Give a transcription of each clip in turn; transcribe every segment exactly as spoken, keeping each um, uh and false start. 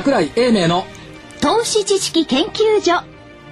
櫻井英明の投資知識研究所。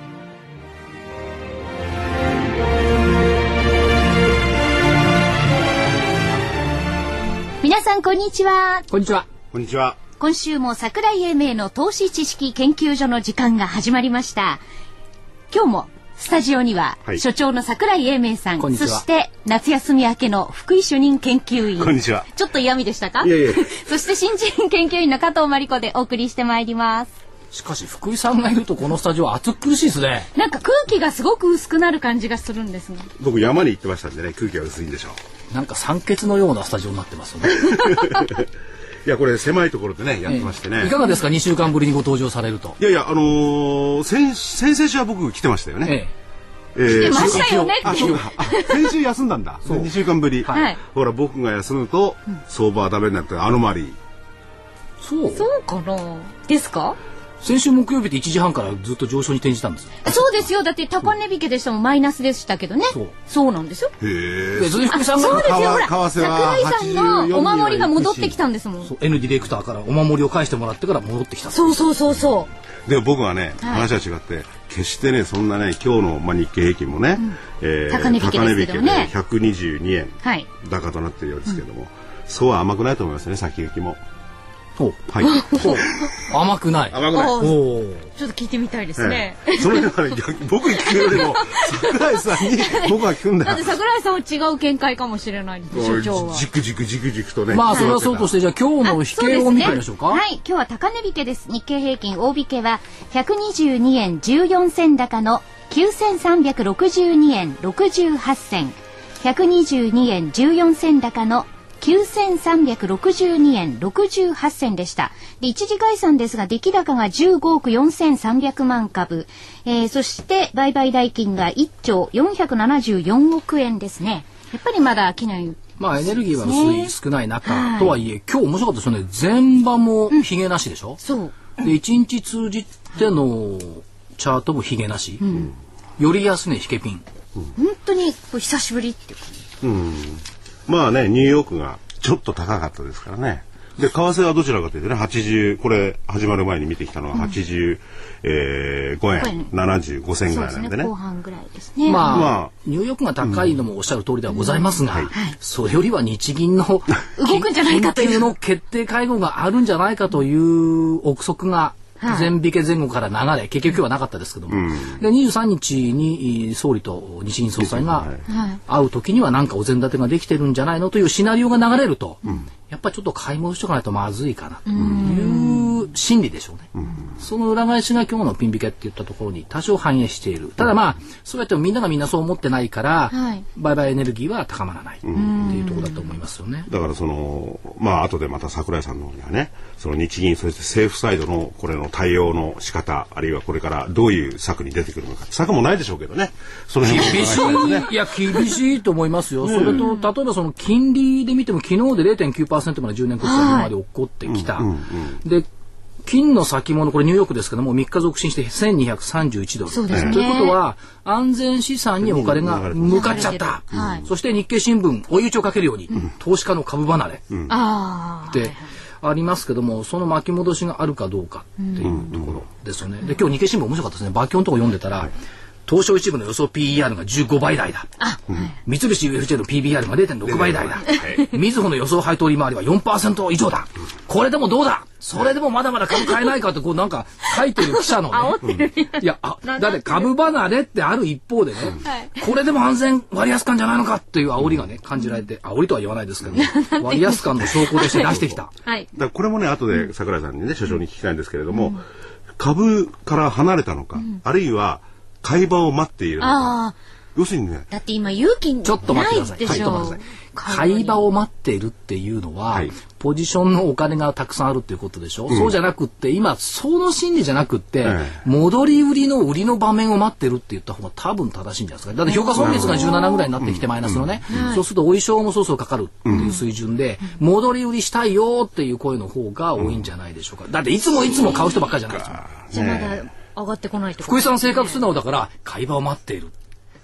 皆さんこんにちは。 こんにちは。 こんにちは。 今週も櫻井英明の投資知識研究所の時間が始まりました。今日もスタジオには、はい、所長の櫻井英明さん、そして夏休み明けの福井主任研究員。 こんにちは。 ちょっと嫌味でしたか？ いやいやそして新人研究員の加藤真理子でお送りしてまいります。 しかし福井さんがいるとこのスタジオは暑苦しいですね。 なんか空気がすごく薄くなる感じがするんですが、 僕山に行ってましたんでね、空気が薄いんでしょう。なんか酸欠のようなスタジオになってますよね。 いやこれ狭いところでねやってましてね、 ええ、いかがですかにしゅうかんぶりにご登場されると。 いやいやあのー、先, 先々週は僕来てましたよね、 えええー、来てましたよねっていう。 先週休んだんだ。にしゅうかんぶり、 はい、 ほら僕が休むと、うん、相場はダメになってアノマリー。 そうそうかなですか。 先週木曜日でいちじはんからずっと上昇に転じたんです。 そうですよ。だって高値引けでしたもん、マイナスでしたけどね。そうそうなんですよ。 へえ。それ福井さんがそうですよ。ほら櫻井さんのお守りが戻ってきたんですもん。 そう N ディレクターからお守りを返してもらってから戻ってきた。 そうそうそうそう。 で僕はね、はい、話は違って決してねそんなね今日の、まあ、日経平均もね、うんえー、高値引けですけどねひゃくにじゅうにえん高となっているようですけども、うん、そうは甘くないと思いますね先行きも。はい、 甘くない。 甘くない。おちょっと聞いてみたいですね。 ええ、それだから僕に聞くよりも櫻井さんに僕は聞くんだよ。 だって櫻井さんは違う見解かもしれないんです所長は。 じくじくじくじくとね。 まあそれはそうとしてじゃあ今日の引けを見てみましょうか。 はい、今日は高値引けです。日経平均大引けはひゃくにじゅうにえんじゅうよんせん高のきゅうせんさんびゃくろくじゅうにえんろくじゅうはちせん、ひゃくにじゅうにえんじゅうよんせん高のきゅうせんさんびゃくろくじゅうにえんろくじゅうはちせんでした。で、一時概算ですが、出来高がじゅうごおくよんせんさんびゃくまんかぶ、えー、そして売買代金がいっちょうよんひゃくななじゅうよんおくえんですね。やっぱりまだ商い、ね、 まあエネルギーは薄い少ない中、はい、とはいえ今日面白かったですよね。前場もヒゲなしでしょ、うん、 そうで一日通じてのチャートもヒゲなし、うん、より安値引けピン、 うん、本当に久しぶりっていう感じ、 うんまあねニューヨークがちょっと高かったですからね。で為替はどちらかというとねはちじゅうこれ始まる前に見てきたのははちじゅうごえんななじゅうごせんぐらいなんでね。 後半ぐらいですね。 まあ、まあ、ニューヨークが高いのもおっしゃる通りではございますが、うんはい、それよりは日銀の動くんじゃないかというの決定会合があるんじゃないかという憶測が全引け前後から流れ、結局今日はなかったですけども、うん、でにじゅうさんにちに総理と日銀総裁が会う時には何かお膳立てができてるんじゃないのというシナリオが流れると、うん、やっぱりちょっと買い戻しとかないとまずいかなという心理でしょうね、うん、その裏返しが今日のピン引けっていったところに多少反映している。ただまあそうやってもみんながみんなそう思ってないから、はい、売買エネルギーは高まらないっていうところだと思いますよね。 だからそのまあ後でまた櫻井さんの方にはねその日銀そして政府サイドのこれの対応の仕方あるいはこれからどういう策に出てくるのか策もないでしょうけどね。その辺厳しい、ね、いや厳しいと思いますよ、うん、それと例えばその金利で見ても昨日で れいてんきゅうパーセント までじゅうねん国債まで起こってきた、うんうんうん、で金の先物これニューヨークですけどもみっか続伸してせんにひゃくさんじゅういちドルそうですね。 ということは安全資産にお金が向かっちゃった、はい、そして日経新聞追い打ちをかけるように、うん、投資家の株離れ、うん、でありますけどもその巻き戻しがあるかどうかっていうところですよね、うん、で今日日経新聞面白かったですね。バキョンのとこ読んでたら、はい、東証一部の予想 ピーイーアール がじゅうごばい台だ、うん、三菱 ユーエフジェー の ピービーアール が れいてんろくばい台だ、みずほの予想配当利回りは よんパーセント 以上だ、うん、これでもどうだそれでもまだまだ株買えないかってこうなんか書いてる記者のねいやあだって株離れってある一方でね、うん、これでも安全割安感じゃないのかっていう煽りがね感じられて、煽りとは言わないですけど、ね、割安感の証拠として出してきた、 はい、 だからこれもね後で櫻井さんにね所長に聞きたいんですけれども、うん、株から離れたのか、うん、あるいは買い場を待っているのか。要するにねだって今勇気ないでしょ。 ちょっと待ってください。ちょっと待ってください。買い場を待っているっていうのは、はい、ポジションのお金がたくさんあるっていうことでしょ、うん、そうじゃなくって今その心理じゃなくって、ええ、戻り売りの売りの場面を待ってるって言った方が多分正しいんじゃないですか。だって評価損率がじゅうななぐらいになってきてマイナスのね、うんうん、そうするとお衣装もそろそろかかるっていう水準で、うん、戻り売りしたいよっていう声の方が多いんじゃないでしょうか。だっていつもいつも買う人ばっかりじゃないですか。 じゃあまだ上がってこないってこと、 福井さん性格素直だから買い場を待っている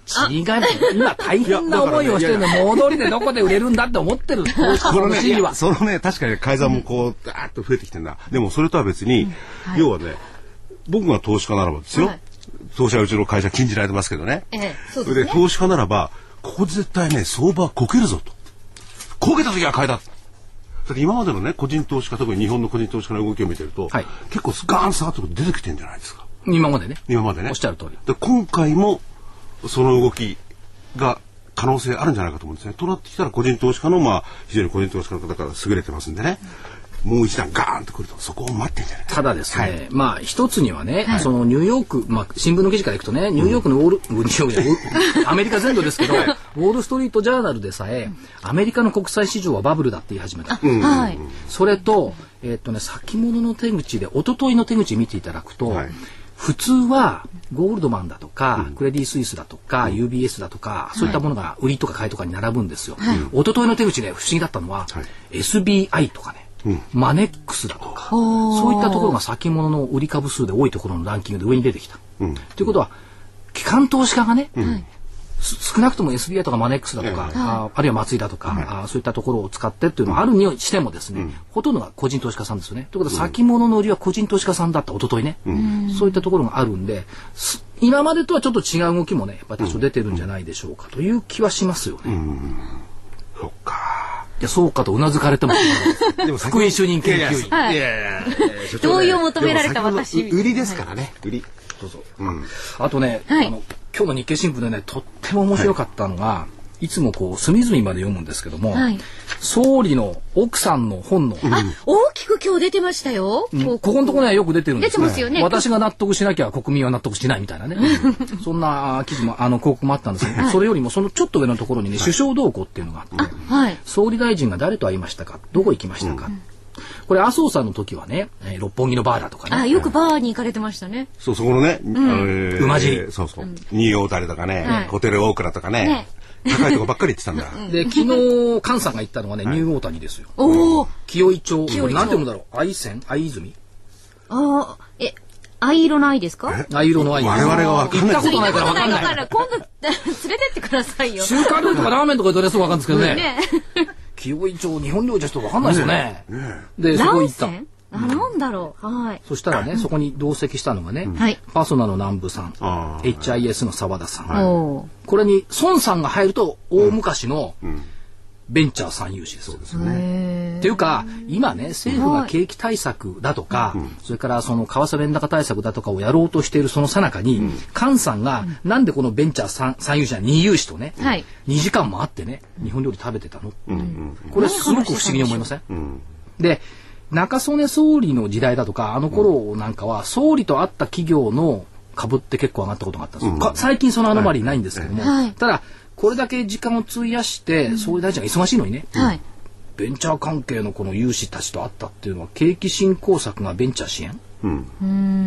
違います。今大変な思いをしてるの、戻りでどこで売れるんだって思ってる。 そのね、そのね、確かに改ざんもこう、ダーッと増えてきてんだ。でもそれとは別に、うんはい、要はね、僕が投資家ならばですよ。はい、投資はうちの会社禁じられてますけどね。ええ、そうですね。で、投資家ならば、ここ絶対ね、相場こけるぞと。こけた時は買いだ。だって今までのね、個人投資家、特に日本の個人投資家の動きを見てると、はい、結構ガーン下がって出てきてるんじゃないですか。 今までね。 今までね。 おっしゃる通り。 で、今回も、その動きが可能性あるんじゃないかと思うんですね。となってきたら個人投資家の、まあ、非常に個人投資家の方から優れてますんでね。もう一段ガーンとくるとそこを待ってんじゃないか。 ただですね、はい、まあ一つにはね、はい、そのニューヨーク、まあ新聞の記事からいくとね、ニューヨークのウォール、うん、ニューヨークじゃないアメリカ全土ですけど、ウォールストリートジャーナルでさえ、アメリカの国際市場はバブルだって言い始めた。うん、はい。それと、えー、っとね、先物の手口で、一昨日の手口見ていただくと、はい、普通はゴールドマンだとか、うん、クレディ・スイスだとか、うん、ユービーエス だとか、そういったものが売りとか買いとかに並ぶんですよ。はい、一昨日の手口で不思議だったのは、はい、エスビーアイ とかね、うん、マネックスだとかそういったところが先物の売り株数で多いところのランキングで上に出てきた。うん、ということは機関投資家がね、うん、少なくとも エスビーアイ とかマネックスだとか、うん、あ, あるいは松井だとか、うん、あそういったところを使ってっていうのはあるにしてもですね、うん、ほとんどが個人投資家さんですよね。ということは先物の売りは個人投資家さんだった一昨日ね、うん、そういったところがあるんで今までとはちょっと違う動きもねやっぱり多少出てるんじゃないでしょうかという気はしますよね。うんうん、 そっかいやそうかとうなずかれてもでも福井主任研究員いやいやいや同意を求められた私売りですからね、はい、売りそうそう、うん、あとね、はい、あの今日の日経新聞でねとっても面白かったのが、はい、いつもこう隅々まで読むんですけども、はい、総理の奥さんの本の、 うん、あ大きく今日出てましたよ、 うん、ここのところにはよく出てるんです出てますよね。 私が納得しなきゃ国民は納得しないみたいなねそんな記事もあの広告もあったんですけど、はい、それよりもそのちょっと上のところにね、はい、首相動向っていうのがあって、はい、総理大臣が誰と会いましたかどこ行きましたか、うんこれ麻生さんの時はね、えー、六本木のバーだとかねあよくバーに行かれてましたね。 そうそこのね、うんえー、馬尻そうそう、うん、ニューオータルとかね、はい、ホテルオークラとかね、ね高いとこばっかり行ってたんだで昨日菅さんが行ったのはね、はい、ニューオータニですよ。お清井町これなんて読むだろう愛泉愛泉あえ藍色の藍ですか？ 藍色の藍。 我々は分かんない。 行ったことないから分かんない。 今度連れてってくださいよ。 中華料理とかラーメンとかどれそう分かるんですけどね。ね清井町日本料理じゃちょっと分かんないですよね。ねねでそこ行った。あなんだろう。はい。 そしたらね、そこに同席したのがね、うん、パソナの南部さん、エイチアイエス の澤田さん、はい、これに孫さんが入ると大昔のベンチャー参入資です。そうですね。っていうか今ね政府が景気対策だとか、はい、それからその為替円高対策だとかをやろうとしているその最中に、うん、菅さんが、うん、なんでこのベンチャー参入資やに融資とね、はい、にじかんもあってね日本料理食べてたの、うん、これすごく不思議に思いません？うん、で中曽根総理の時代だとかあの頃なんかは総理と会った企業の株って結構上がったことがあったんですよ、うん、最近そのアノマリーないんですけども、はい、ただこれだけ時間を費やして総理大臣が忙しいのにね、はい、ベンチャー関係のこの有志たちと会ったっていうのは景気振興策がベンチャー支援、うん、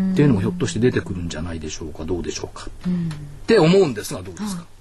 っていうのもひょっとして出てくるんじゃないでしょうかどうでしょうか、うん、って思うんですがどうですか、はい、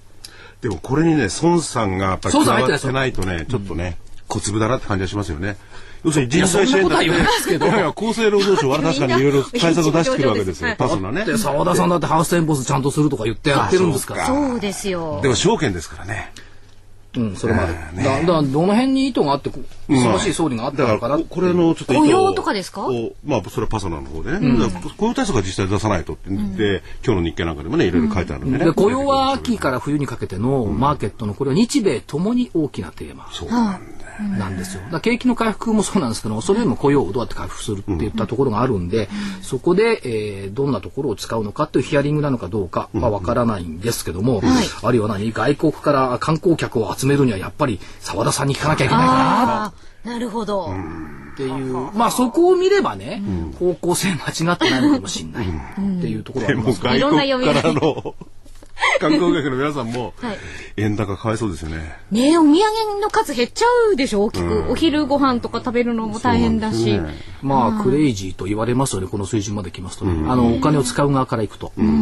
でもこれにね孫さんがやっぱり加わってないとねちょっとね、うん、小粒だなって感じがしますよね。要するに人材支援だって、いや厚生労働省は確かにいろいろ対策を出してくるわけですよ。パソナね。 澤田さんだってハウステンボスちゃんとするとか言ってやってるんですから。 そうですよ。 でも証券ですからね。 うん、それまで。ね、だ, だどの辺に意図があって忙しい総理があったのかな、うん、 これのちょっと雇用とかですか？ まあそれはパソナの方でね、うん、雇用対策は実際出さないとって言って、うん、今日の日経なんかでもねいろいろ書いてあるんでね、 うん、で雇用は秋から冬にかけてのマーケットのこれは日米ともに大きなテーマ、 そうなんだなんですよ。だ景気の回復もそうなんですけどそれよりも雇用をどうやって回復するっていったところがあるんで、うん、そこで、えー、どんなところを使うのかというヒアリングなのかどうかはわからないんですけども、うん、あるいは何外国から観光客を集めるにはやっぱり澤田さんに聞かなきゃいけないかななるほどっていうまあそこを見ればね、うん、方向性間違ってないのかもしれないっていうところはあります、 ね、いろんな読みからの観光客の皆さんも円高かわいそうですよね。 ねえお土産の数減っちゃうでしょ大きく、うん、お昼ご飯とか食べるのも大変だし、ね、 まあクレイジーと言われますよねこの水準まで来ますとね、うん、あのお金を使う側からいくと、うん、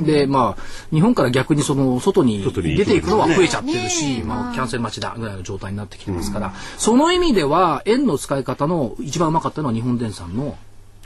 でまあ日本から逆にその外に出ていくのは増えちゃってるし、ねまあ、キャンセル待ちだぐらいの状態になってきてますから、うん、その意味では円の使い方の一番うまかったのは日本電産の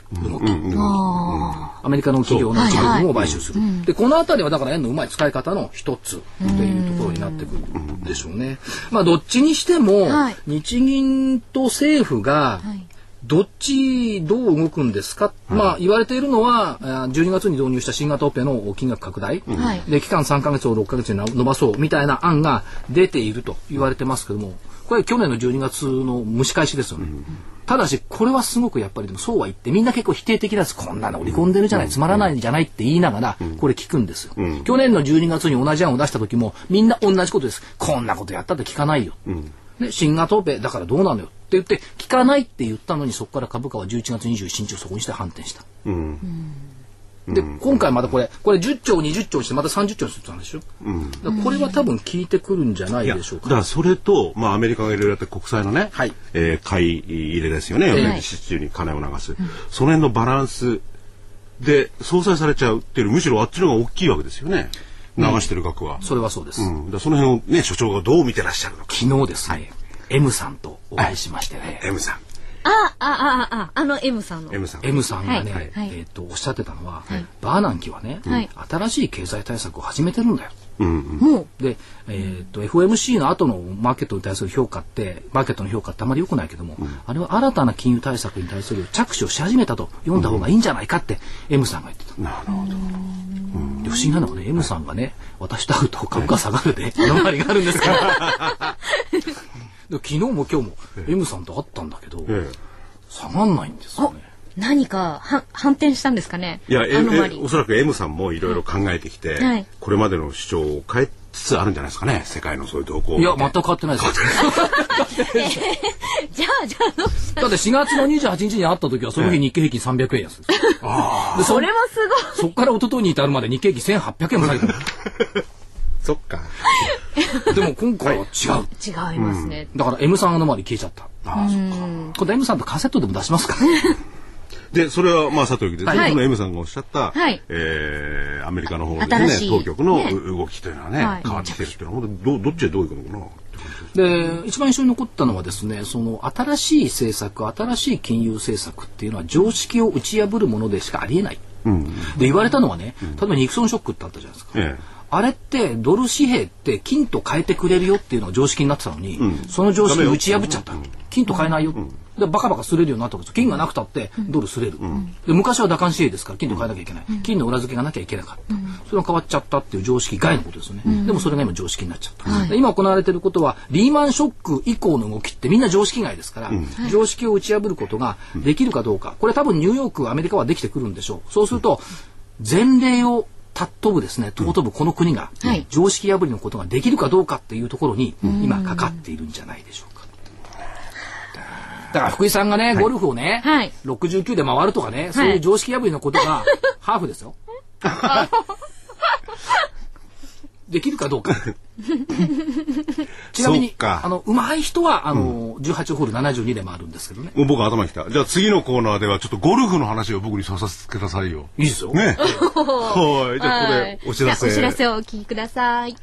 動き、うんうん、アメリカの企業の一部分を買収する、はいはい、でこのあたりはだから円のうまい使い方の一つっていうところになってくるんでしょうね。まあどっちにしても、はい、日銀と政府がどっちどう動くんですか、はい、まあ言われているのはじゅうにがつに導入した新型オペの金額拡大、はい、で期間さんかげつをろっかげつに伸ばそうみたいな案が出ていると言われてますけども、これ去年のじゅうにがつの蒸し返しですよね、うん、ただしこれはすごくやっぱりでもそうは言ってみんな結構否定的なんです。こんなの織り込んでるじゃない、つまらないんじゃないって言いながらこれ聞くんですよ、うん、去年のじゅうにがつに同じ案を出した時もみんな同じことです。こんなことやったって聞かないよ、うんね、新型オペだからどうなのよって言って聞かないって言ったのに、そこから株価はじゅういちがつにじゅうしちにちをそこにして反転した、うんで今回またこれこれじゅっちょうにじゅっちょうにしてまたさんじゅっちょうにするって話でしょ、うん、だからこれは多分効いてくるんじゃないでしょうか。 だからそれと、まあ、アメリカがいろいろやって国債のね、はいえー、買い入れですよね、はい、市中に金を流す、うん、その辺のバランスで相殺されちゃうっていう、むしろあっちの方が大きいわけですよね、流してる額は、 うん、それはそうです、うん、 だその辺をね所長がどう見てらっしゃるのか。 昨日ですね、はい、M さんとお会いしましてね、はい、 M さんあああああの M さんの M さん M さんがね、はいえー、とおっしゃってたのは、はい、バーナンキはね、はい、新しい経済対策を始めてるんだよ、うんうん、で、えー、と エフオーエムシー の後のマーケットに対する評価ってマーケットの評価ってあまり良くないけども、うん、あれは新たな金融対策に対する着手をし始めたと読んだ方がいいんじゃないかって、うん、M さんが言ってた。なるほど、うん、で不思議なのがね M さんがね私と会うと株価下がるでのまりがあるんですからで昨日も今日も M さんと会ったんだけど、ええ下がんないんですよね。 何かは反転したんですかね。 いやええおそらく M さんもいろいろ考えてきて、はい、これまでの主張を変えつつあるんじゃないですかね、世界のそういう動向を。 いや全く変わってないですじゃあじゃあどうしただってしがつのにじゅうはちにちに会った時はその日日経平均さんびゃくえん安です、ええ、 あで そ, それもすごい。 そこから一昨日に至るまで日経平均せんはっぴゃくえんも下げたそっかでも今回は違う、はい、違いますね、 うん、だから M さんの周り消えちゃった。ああそっか。これ M さんとカセットでも出しますかでそれはまあさておきですね、はい、この M さんがおっしゃった、はいえー、アメリカの方でね当局の動きというのはね、はい、変わってきてるっていうのはど, どっちでどういうことかな。 で一番印象に残ったのはですね、その新しい政策新しい金融政策っていうのは常識を打ち破るものでしかありえない、うん、で言われたのはね、例えばニクソンショックってあったじゃないですか、ええあれってドル紙幣って金と変えてくれるよっていうのが常識になってたのに、うん、その常識を打ち破っちゃった、うん、金と変えないよ、うん、でバカバカすれるようになったわけです。金がなくたってドルすれる、うん、で昔は打艦紙幣ですから金と変えなきゃいけない、うん、金の裏付けがなきゃいけなかった、うん、それが変わっちゃったっていう常識外のことですよね、うん、でもそれが今常識になっちゃった、うん、今行われていることはリーマンショック以降の動きってみんな常識外ですから、うん、常識を打ち破ることができるかどうか、これ多分ニューヨークアメリカはできてくるんでしょう。そうすると前例を尊ぶですね、尊ぶこの国が、うん、常識破りのことができるかどうかっていうところに、うん、今かかっているんじゃないでしょうか。だから福井さんがね、ゴルフをね、はい、ろくじゅうきゅうで回るとかね、はい、そういう常識破りのことがハーフですよ。できるかどうか。ちなみにあの上手い人はあの、うん、じゅうはちホールななじゅうにで回るんですけどね。 もう僕頭にきた。じゃあ次のコーナーではちょっとゴルフの話を僕にさせてくださいよ。 いいですよ。 ね。はい。じゃあここでお知らせ。 お知らせをお聞きください。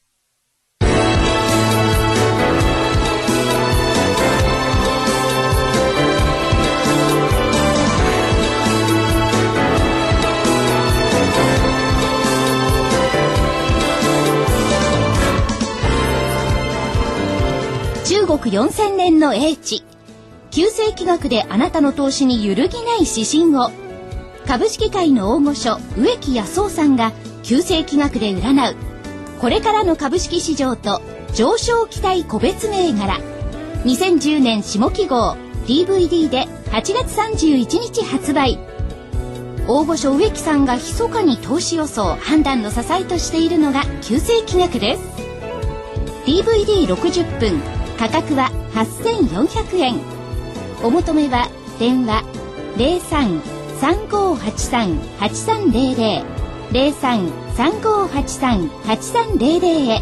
中国よんせんねんの英知、旧世紀学であなたの投資に揺るぎない指針を、株式界の大御所植木康夫さんが旧世紀学で占うこれからの株式市場と上昇期待個別銘柄、にせんじゅうねん下期号 ディーブイディー ではちがつさんじゅういちにち発売。大御所植木さんが密かに投資予想判断の支えとしているのが旧世紀学です。 ディーブイディーろくじゅっぷん、価格ははっせんよんひゃくえん。お求めは電話 ゼロさん さんごーはちさん はちさんゼロゼロ ゼロさん さんごーはちさん はちさんゼロゼロ へ。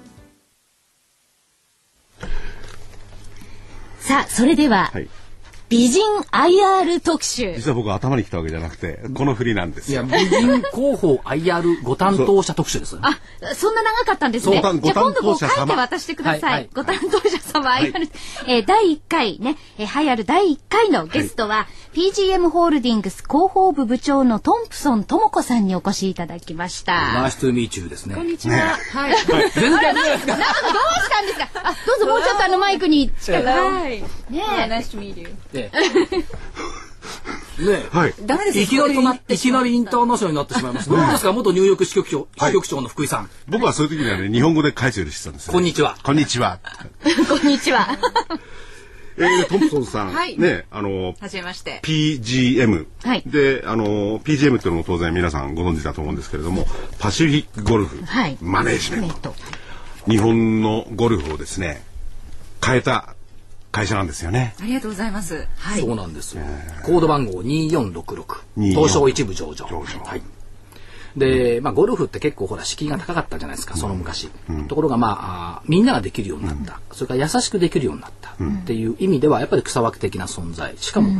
さあそれでは、はい、 美人 アイアール 特集。 実は僕は頭に来たわけじゃなくて、この振りなんですよ。 いや、美人広報 アイアール ご担当者特集です。 あ、そんな長かったんですね。じゃあ今度こう書いて渡してください。はいはい、ご担当者様 アイアール、はい、えー、だいいっかいね、えー、栄えあるだいいっかいのゲストは、はい、ピージーエム ホールディングス広報部部長のトンプソン智子さんにお越しいただきました。 ナイストゥーミーチューですね。 こんにちは。ね、はい。全然大丈夫ですか。なんかどうしたんですか。あ、どうぞもうちょっとあのマイクに近く。はい。ねえ。ナイストゥーミーチュー。ねえ、はい、ダメです。いきなりいきなりインターナショナルになってしまいました。どうですか、元ニューヨーク支局長、支局長の福井さん。 僕はそういう時にはね、日本語で返すようにしてたんですよ。 こんにちは。 こんにちは。 こんにちは。 えー、トンプソンさん、 はい、 ね、あの、 はじめまして。 ピージーエム、 はい、 で、あの、ピージーエム っていうのも当然皆さんご存知だと思うんですけれども、パシフィックゴルフ、はい、マネージメント。日本のゴルフをですね、変えた会社なんですよね。 ありがとうございます。 はい、そうなんです。コード番号によんろくろく、東証一部上場。上場。はい。で、まあゴルフって結構ほら敷居が高かったじゃないですか、その昔。うん、ところがまあみんなができるようになった、うん、それから優しくできるようになった、うん、っていう意味ではやっぱり草分け的な存在。しかも、うん、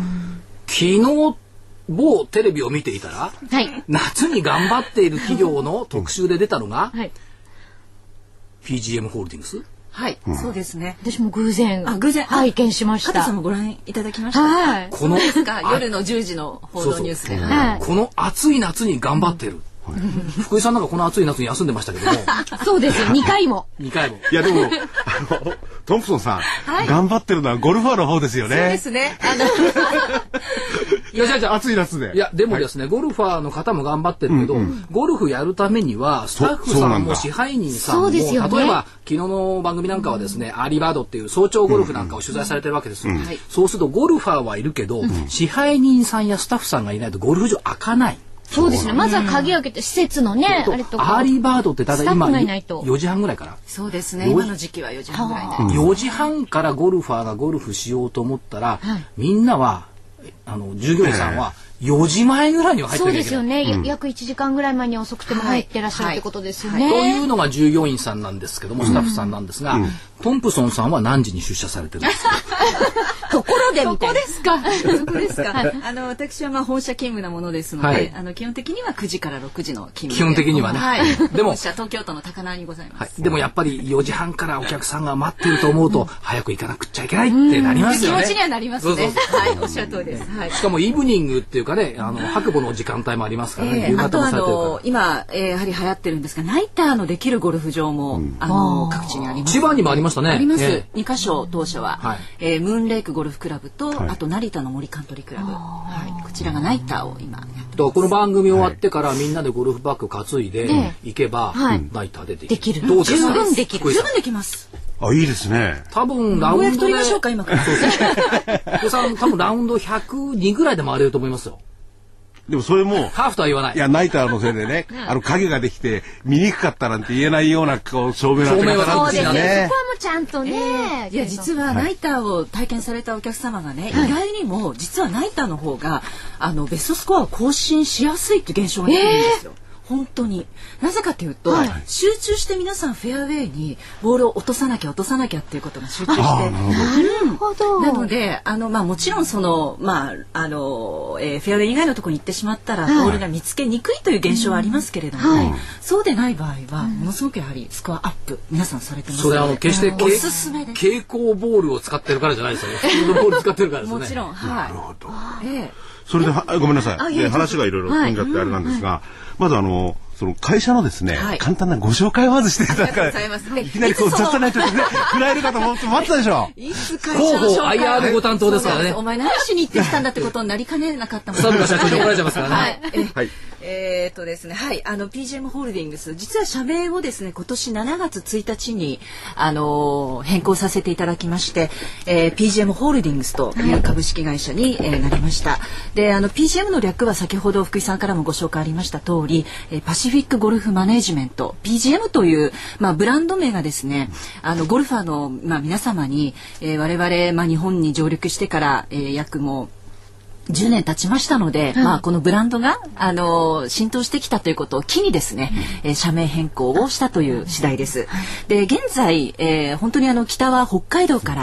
昨日某テレビを見ていたら、はい、夏に頑張っている企業の特集で出たのが、はい、ピージーエム ホールディングス。 はい、うん、そうですね。 私も偶然あ偶然拝見しました。 加藤さんもご覧いただきました。はい。このですか、夜のじゅうじの報道ニュースで。 はい。この暑い夏に頑張ってる。うん、福井さんなんかこの暑い夏に休んでましたけども。 そうですよ。にかいも。 にかいも。 いやでもあのトンプソンさん、はい、頑張ってるのはゴルファーの方ですよね。 そうですね。あのいやじゃあじゃあ暑い夏で。 いやでもですね、はい、ゴルファーの方も頑張ってるけど、うんうん、ゴルフやるためにはスタッフさんも支配人さんも、ね、例えば昨日の番組なんかはですね、うん、アーリーバードっていう早朝ゴルフなんかを取材されてるわけですよ。うんうん、そうするとゴルファーはいるけど、うん、支配人さんやスタッフさんがいないとゴルフ場開かない。 そうですね。まずは鍵開けて施設のね、あれとか。 アーリーバードってただ今よじはんぐらいから。 そうですね。今の時期はよじはんぐらいで。よじはんからゴルファーがゴルフしようと思ったら、はい、みんなはあの従業員さんはよじまえぐらいには入ってなきゃいけない。 そうですよね、うん、約いちじかんぐらい前に遅くても入ってらっしゃるってことですよね、 はいはい、というのが従業員さんなんですけども、スタッフさんなんですが、うん、トンプソンさんは何時に出社されてるんですか？ ところでみたいな。 そこですか。そこですか。あの私はまあ本社勤務なものですので、はい、あの基本的にはくじからろくじの勤務で。 基本的にはね。 はい。でも本社東京都の高輪にございます。はい、 でもやっぱりよじはんからお客さんが待ってると思うと、うん、早く行かなくっちゃいけないってなりますよね。 気持ちにはなりますね。そうそうそう、はい。おっしゃる通りです。はい。 しかもイブニングっていうかね、あの白母の時間帯もありますからね。 えー、あとあの今、えー、やはり流行ってるんですが、ナイターのできるゴルフ場も、うん、あの各地にあります。 千葉にもありましたね。 あります。えーにかしょ当社は、はい、えー、ムーンレイクゴルフクラブと、はい、あと成田の森カントリークラブ、はい、こちらがナイターを今やってます。 この番組終わってからみんなでゴルフバッグ担いで行けば、はい、ナイターでできる。 できる。どうですか？十分できる。 十分できます。 あ、いいですね。 多分ラウンドで。 取りましょうか今から。そうそう。さん多分ラウンドひゃくにぐらいで回れると思いますよ。 でもそれもハーフとは言わない。 いやナイターのせいでね、あの影ができて見にくかったなんて言えないようなこう照明の当て方なんですよね。 そこはもうちゃんとね。 いや実はナイターを体験されたお客様がね、意外にも実はナイターの方があのベストスコアを更新しやすいって現象が出てるんですよ。本当になぜかというと、はい、集中して皆さんフェアウェイにボールを落とさなきゃ落とさなきゃっていうことが集中してなるほど。 なのであの、まあ、もちろんその、まああのえー、フェアウェイ以外のところに行ってしまったら、はい、ボールが見つけにくいという現象はありますけれども、はい、そうでない場合はものすごくやはりスコアアップ皆さんされてますので、 それあの決しておすすめです。 蛍光ボールを使ってるからじゃないですよね。普通のボール使ってるからですね。 もちろん、はい。 なるほど。 ええ、 それではごめんなさい。で話がいろいろ飛んじゃってあれなんですが、はい、まずあのその会社のですね、はい、簡単なご紹介をまずしていただかないいきなりこう雑なちょっとね振られるかと思って待ってたでしょ。 いつ会社の紹介アイアール ご担当ですからね。 お前何しに行ってきたんだってことになりかねなかったもん。 サブが社長に怒られちゃいますからね。はい。 はいえー、っとですね、はい、あの ピージーエム ホールディングス実は社名をですね今年しちがつついたちにあのー、変更させていただきまして、えー、ピージーエム ホールディングスという株式会社に、えー、なりました。で、あの ピージーエム の略は先ほど福井さんからもご紹介ありました通り、えー、パシフィックゴルフマネージメント ピージーエム というまあブランド名がですね、あのゴルファーのまあ皆様に、えー、我々まあ日本に上陸してから、えー、約もうじゅうねん経ちましたので、うん、まあこのブランドがあの浸透してきたということを機にですね、うん、えー、社名変更をしたという次第です。で、現在、えー、本当にあの北は北海道から、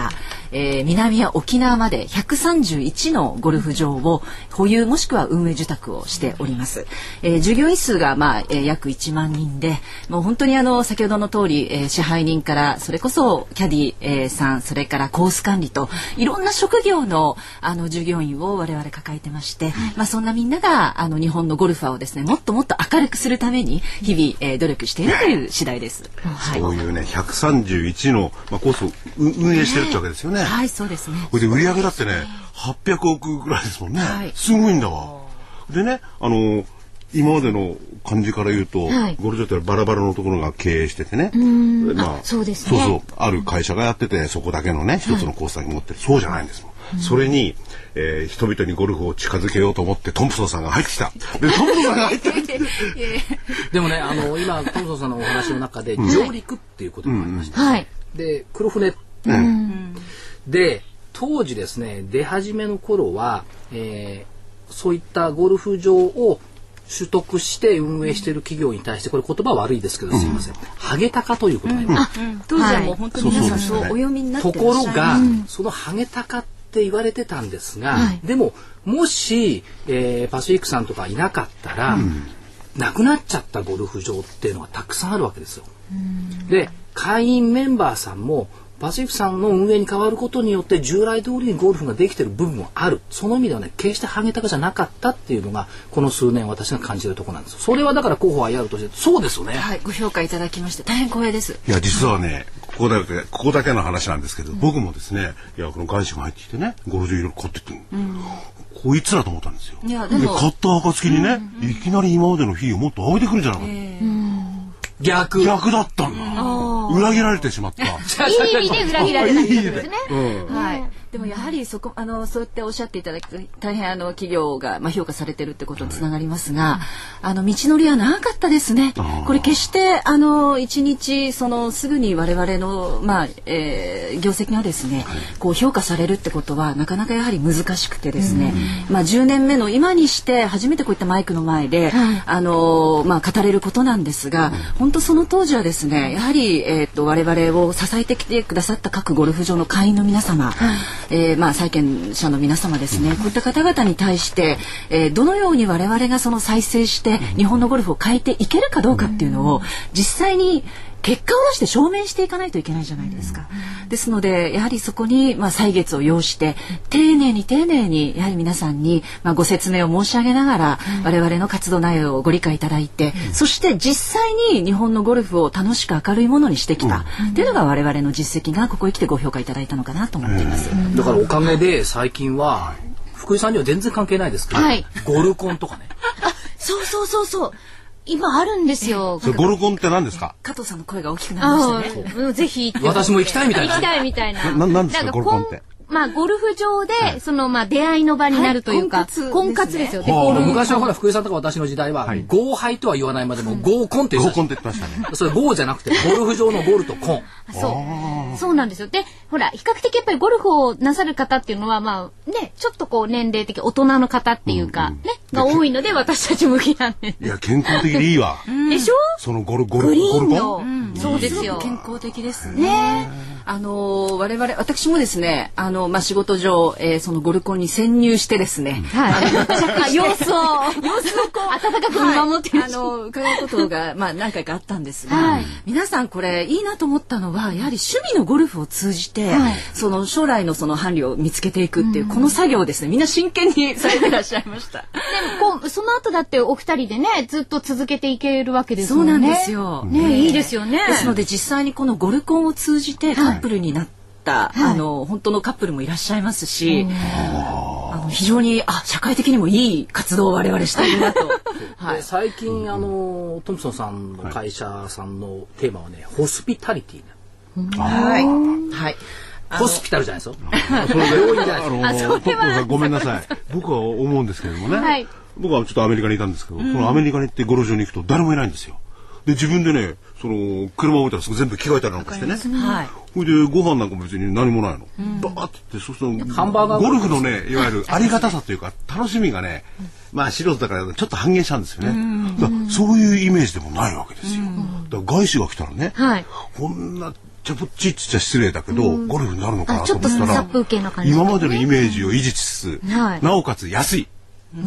えー、南や沖縄までひゃくさんじゅういちのゴルフ場を保有もしくは運営受託をしております。えー、従業員数が、まあえー、約いちまんにんで、もう本当にあの先ほどの通り、えー、支配人からそれこそキャディ、えー、さん、それからコース管理といろんな職業のあの従業員を我々抱えてまして、はい、まあそんなみんながあの日本のゴルファーをですねもっともっと明るくするために日々、えー、努力しているという次第です。 はい、そういうねひゃくさんじゅういちの、まあ、コースを運営してるってわけですよね。 はい、そうですね。 これで売り上げだってねはっぴゃくおくぐらいですもんね。はい、すごいんだわ。でねあの今までの感じから言うと、はい、ゴルフ場ってバラバラのところが経営しててね、 まあ、そうですね。 そうそうある会社がやっててそこだけのね一つのコースだけ持ってる、はい、そうじゃないんですもん。それに、えー、人々にゴルフを近づけようと思ってトンプソンさんが入ってきた。でトンプソンさんが入ってきてでもねあの今トンプソンさんのお話の中で上陸っていうことがありました、ね、うん、で黒船、うん、で当時ですね出始めの頃は、えー、そういったゴルフ場を取得して運営している企業に対してこれ言葉悪いですけどすいません、うん、ハゲタカということがあります、 うん、当時はもう本当に皆さんそうお読みになってらっしゃる。 ところが、うん、そのハゲタカって言われてたんですが、はい、でももし、えー、パシフィックさんとかいなかったら、うん、なくなっちゃったゴルフ場っていうのがたくさんあるわけですよ。で会員メンバーさんもパシフィックさんの運営に変わることによって従来通りにゴルフができている部分もある。その意味ではね決してハゲタカじゃなかったっていうのがこの数年私が感じるところなんです。それはだから候補はやるとしてそうですよね。 はい、ご評価いただきまして大変光栄です。 いや実はねここだけここだけの話なんですけど、うん、僕もですねいやこの外資が入ってきてねゴルフ場いろいろ買ってって、うん、こいつらと思ったんですよ。いやでもで買った暁にね、うんうん、いきなり今までの費用もっと上げてくるんじゃなかった、えー逆逆だったんだ。裏切られてしまった。 いい意味で裏切られたんですね。 うん、はい。でもやはりそこあのそうやっておっしゃっていただく大変あの企業がまあ評価されてるってことにつながりますが、はい、あの道のりは長かったですね。これ決してあの一日そのすぐに我々のまあ、えー、業績がですね、はい、こう評価されるってことはなかなかやはり難しくてですね、うん、まあじゅうねんめの今にして初めてこういったマイクの前で、はい、あのまあ語れることなんですが、うん、本当その当時はですねやはりえっと我々を支えてきてくださった各ゴルフ場の会員の皆様、はい、えー、まあ債権者の皆様ですね、うん、こういった方々に対して、えー、どのように我々がその再生して日本のゴルフを変えていけるかどうかっていうのを実際に結果を出して証明していかないといけないじゃないですか。ですのでやはりそこにまあ歳月を要して丁寧に丁寧にやはり皆さんにまあご説明を申し上げながら我々の活動内容をご理解いただいて、そして実際に日本のゴルフを楽しく明るいものにしてきたっていうのが我々の実績がここへ来てご評価いただいたのかなと思っています。 だからおかげで最近は福井さんには全然関係ないですけど、はい、ゴルコンとかね。 あ、そうそうそうそう。今あるんですよ。 ゴルコンって何ですか？ 加藤さんの声が大きくなりましたね。 ぜひ私も行きたいみたいな。 行きたいみたいな。 な、なんですかゴルコンって。 まあゴルフ場で、はい、そのまあ出会いの場になるというか、はい、婚活ですよ。で昔はほら福井さんとか私の時代は、はい、合敗とは言わないまでも合コンって言ってた。 合コンって言ってましたね。 それ合じゃなくてゴルフ場のゴルとコン。 そうそうなんですよ。でほら比較的やっぱりゴルフをなさる方っていうのはまあねちょっとこう年齢的大人の方っていうか、うんうん、ねが多いので私たち向きなんで。 いや健康的でいいわ。 でしょ？ そのゴルゴルグリーンの、 うん、そうですよ。 健康的ですね。あの我々私もですねあのまあ仕事上、えー、そのゴルコンに潜入してですね、 はい、様子を様子をこう温かく見守って、 はい、あの伺うことがまあ何回かあったんですが、はい、皆さんこれいいなと思ったのはやはり趣味のゴルフを通じて、はい、その将来のその伴侶を見つけていくっていう、うん、この作業をですねみんな真剣にされてらっしゃいました。 でもこうその後だってお二人でねずっと続けていけるわけですもんね。 そうなんですよ。 ね、いいですよね。 ですので実際にこのゴルコンを通じてカップルになって、はい、あの本当のカップルもいらっしゃいますし、あの非常にあ社会的にもいい活動を我々しているなと。 はい、最近あのトンプソンさんの会社さんのテーマはね、ホスピタリティ。 はいはい。 ホスピタルじゃないですよ。 それで病院じゃないですよ。トンプソンさんごめんなさい。僕は思うんですけれどもね。はい、僕はちょっとアメリカにいたんですけど、うん、このアメリカに行ってゴルフ場に行くと誰もいないんですよ。で自分でねその車を置いたらすぐ全部着替えたりなんかしてね。はい。それでご飯なんかも別に何もないの。うん、バーってってそうするとハンバーガーゴルフのねいわゆるありがたさというか楽しみがね、まあ素人だからちょっと半減したんですよね。うん、だそういうイメージでもないわけですよ。うん、だから外資が来たらね、はい、こんなちゃぼっちっつっちゃ失礼だけど、うん、ゴルフになるのかなと思ったら、 ちょっと殺風景な感じ、 ね、今までのイメージを維持しつつ、はい、なおかつ安い、うん、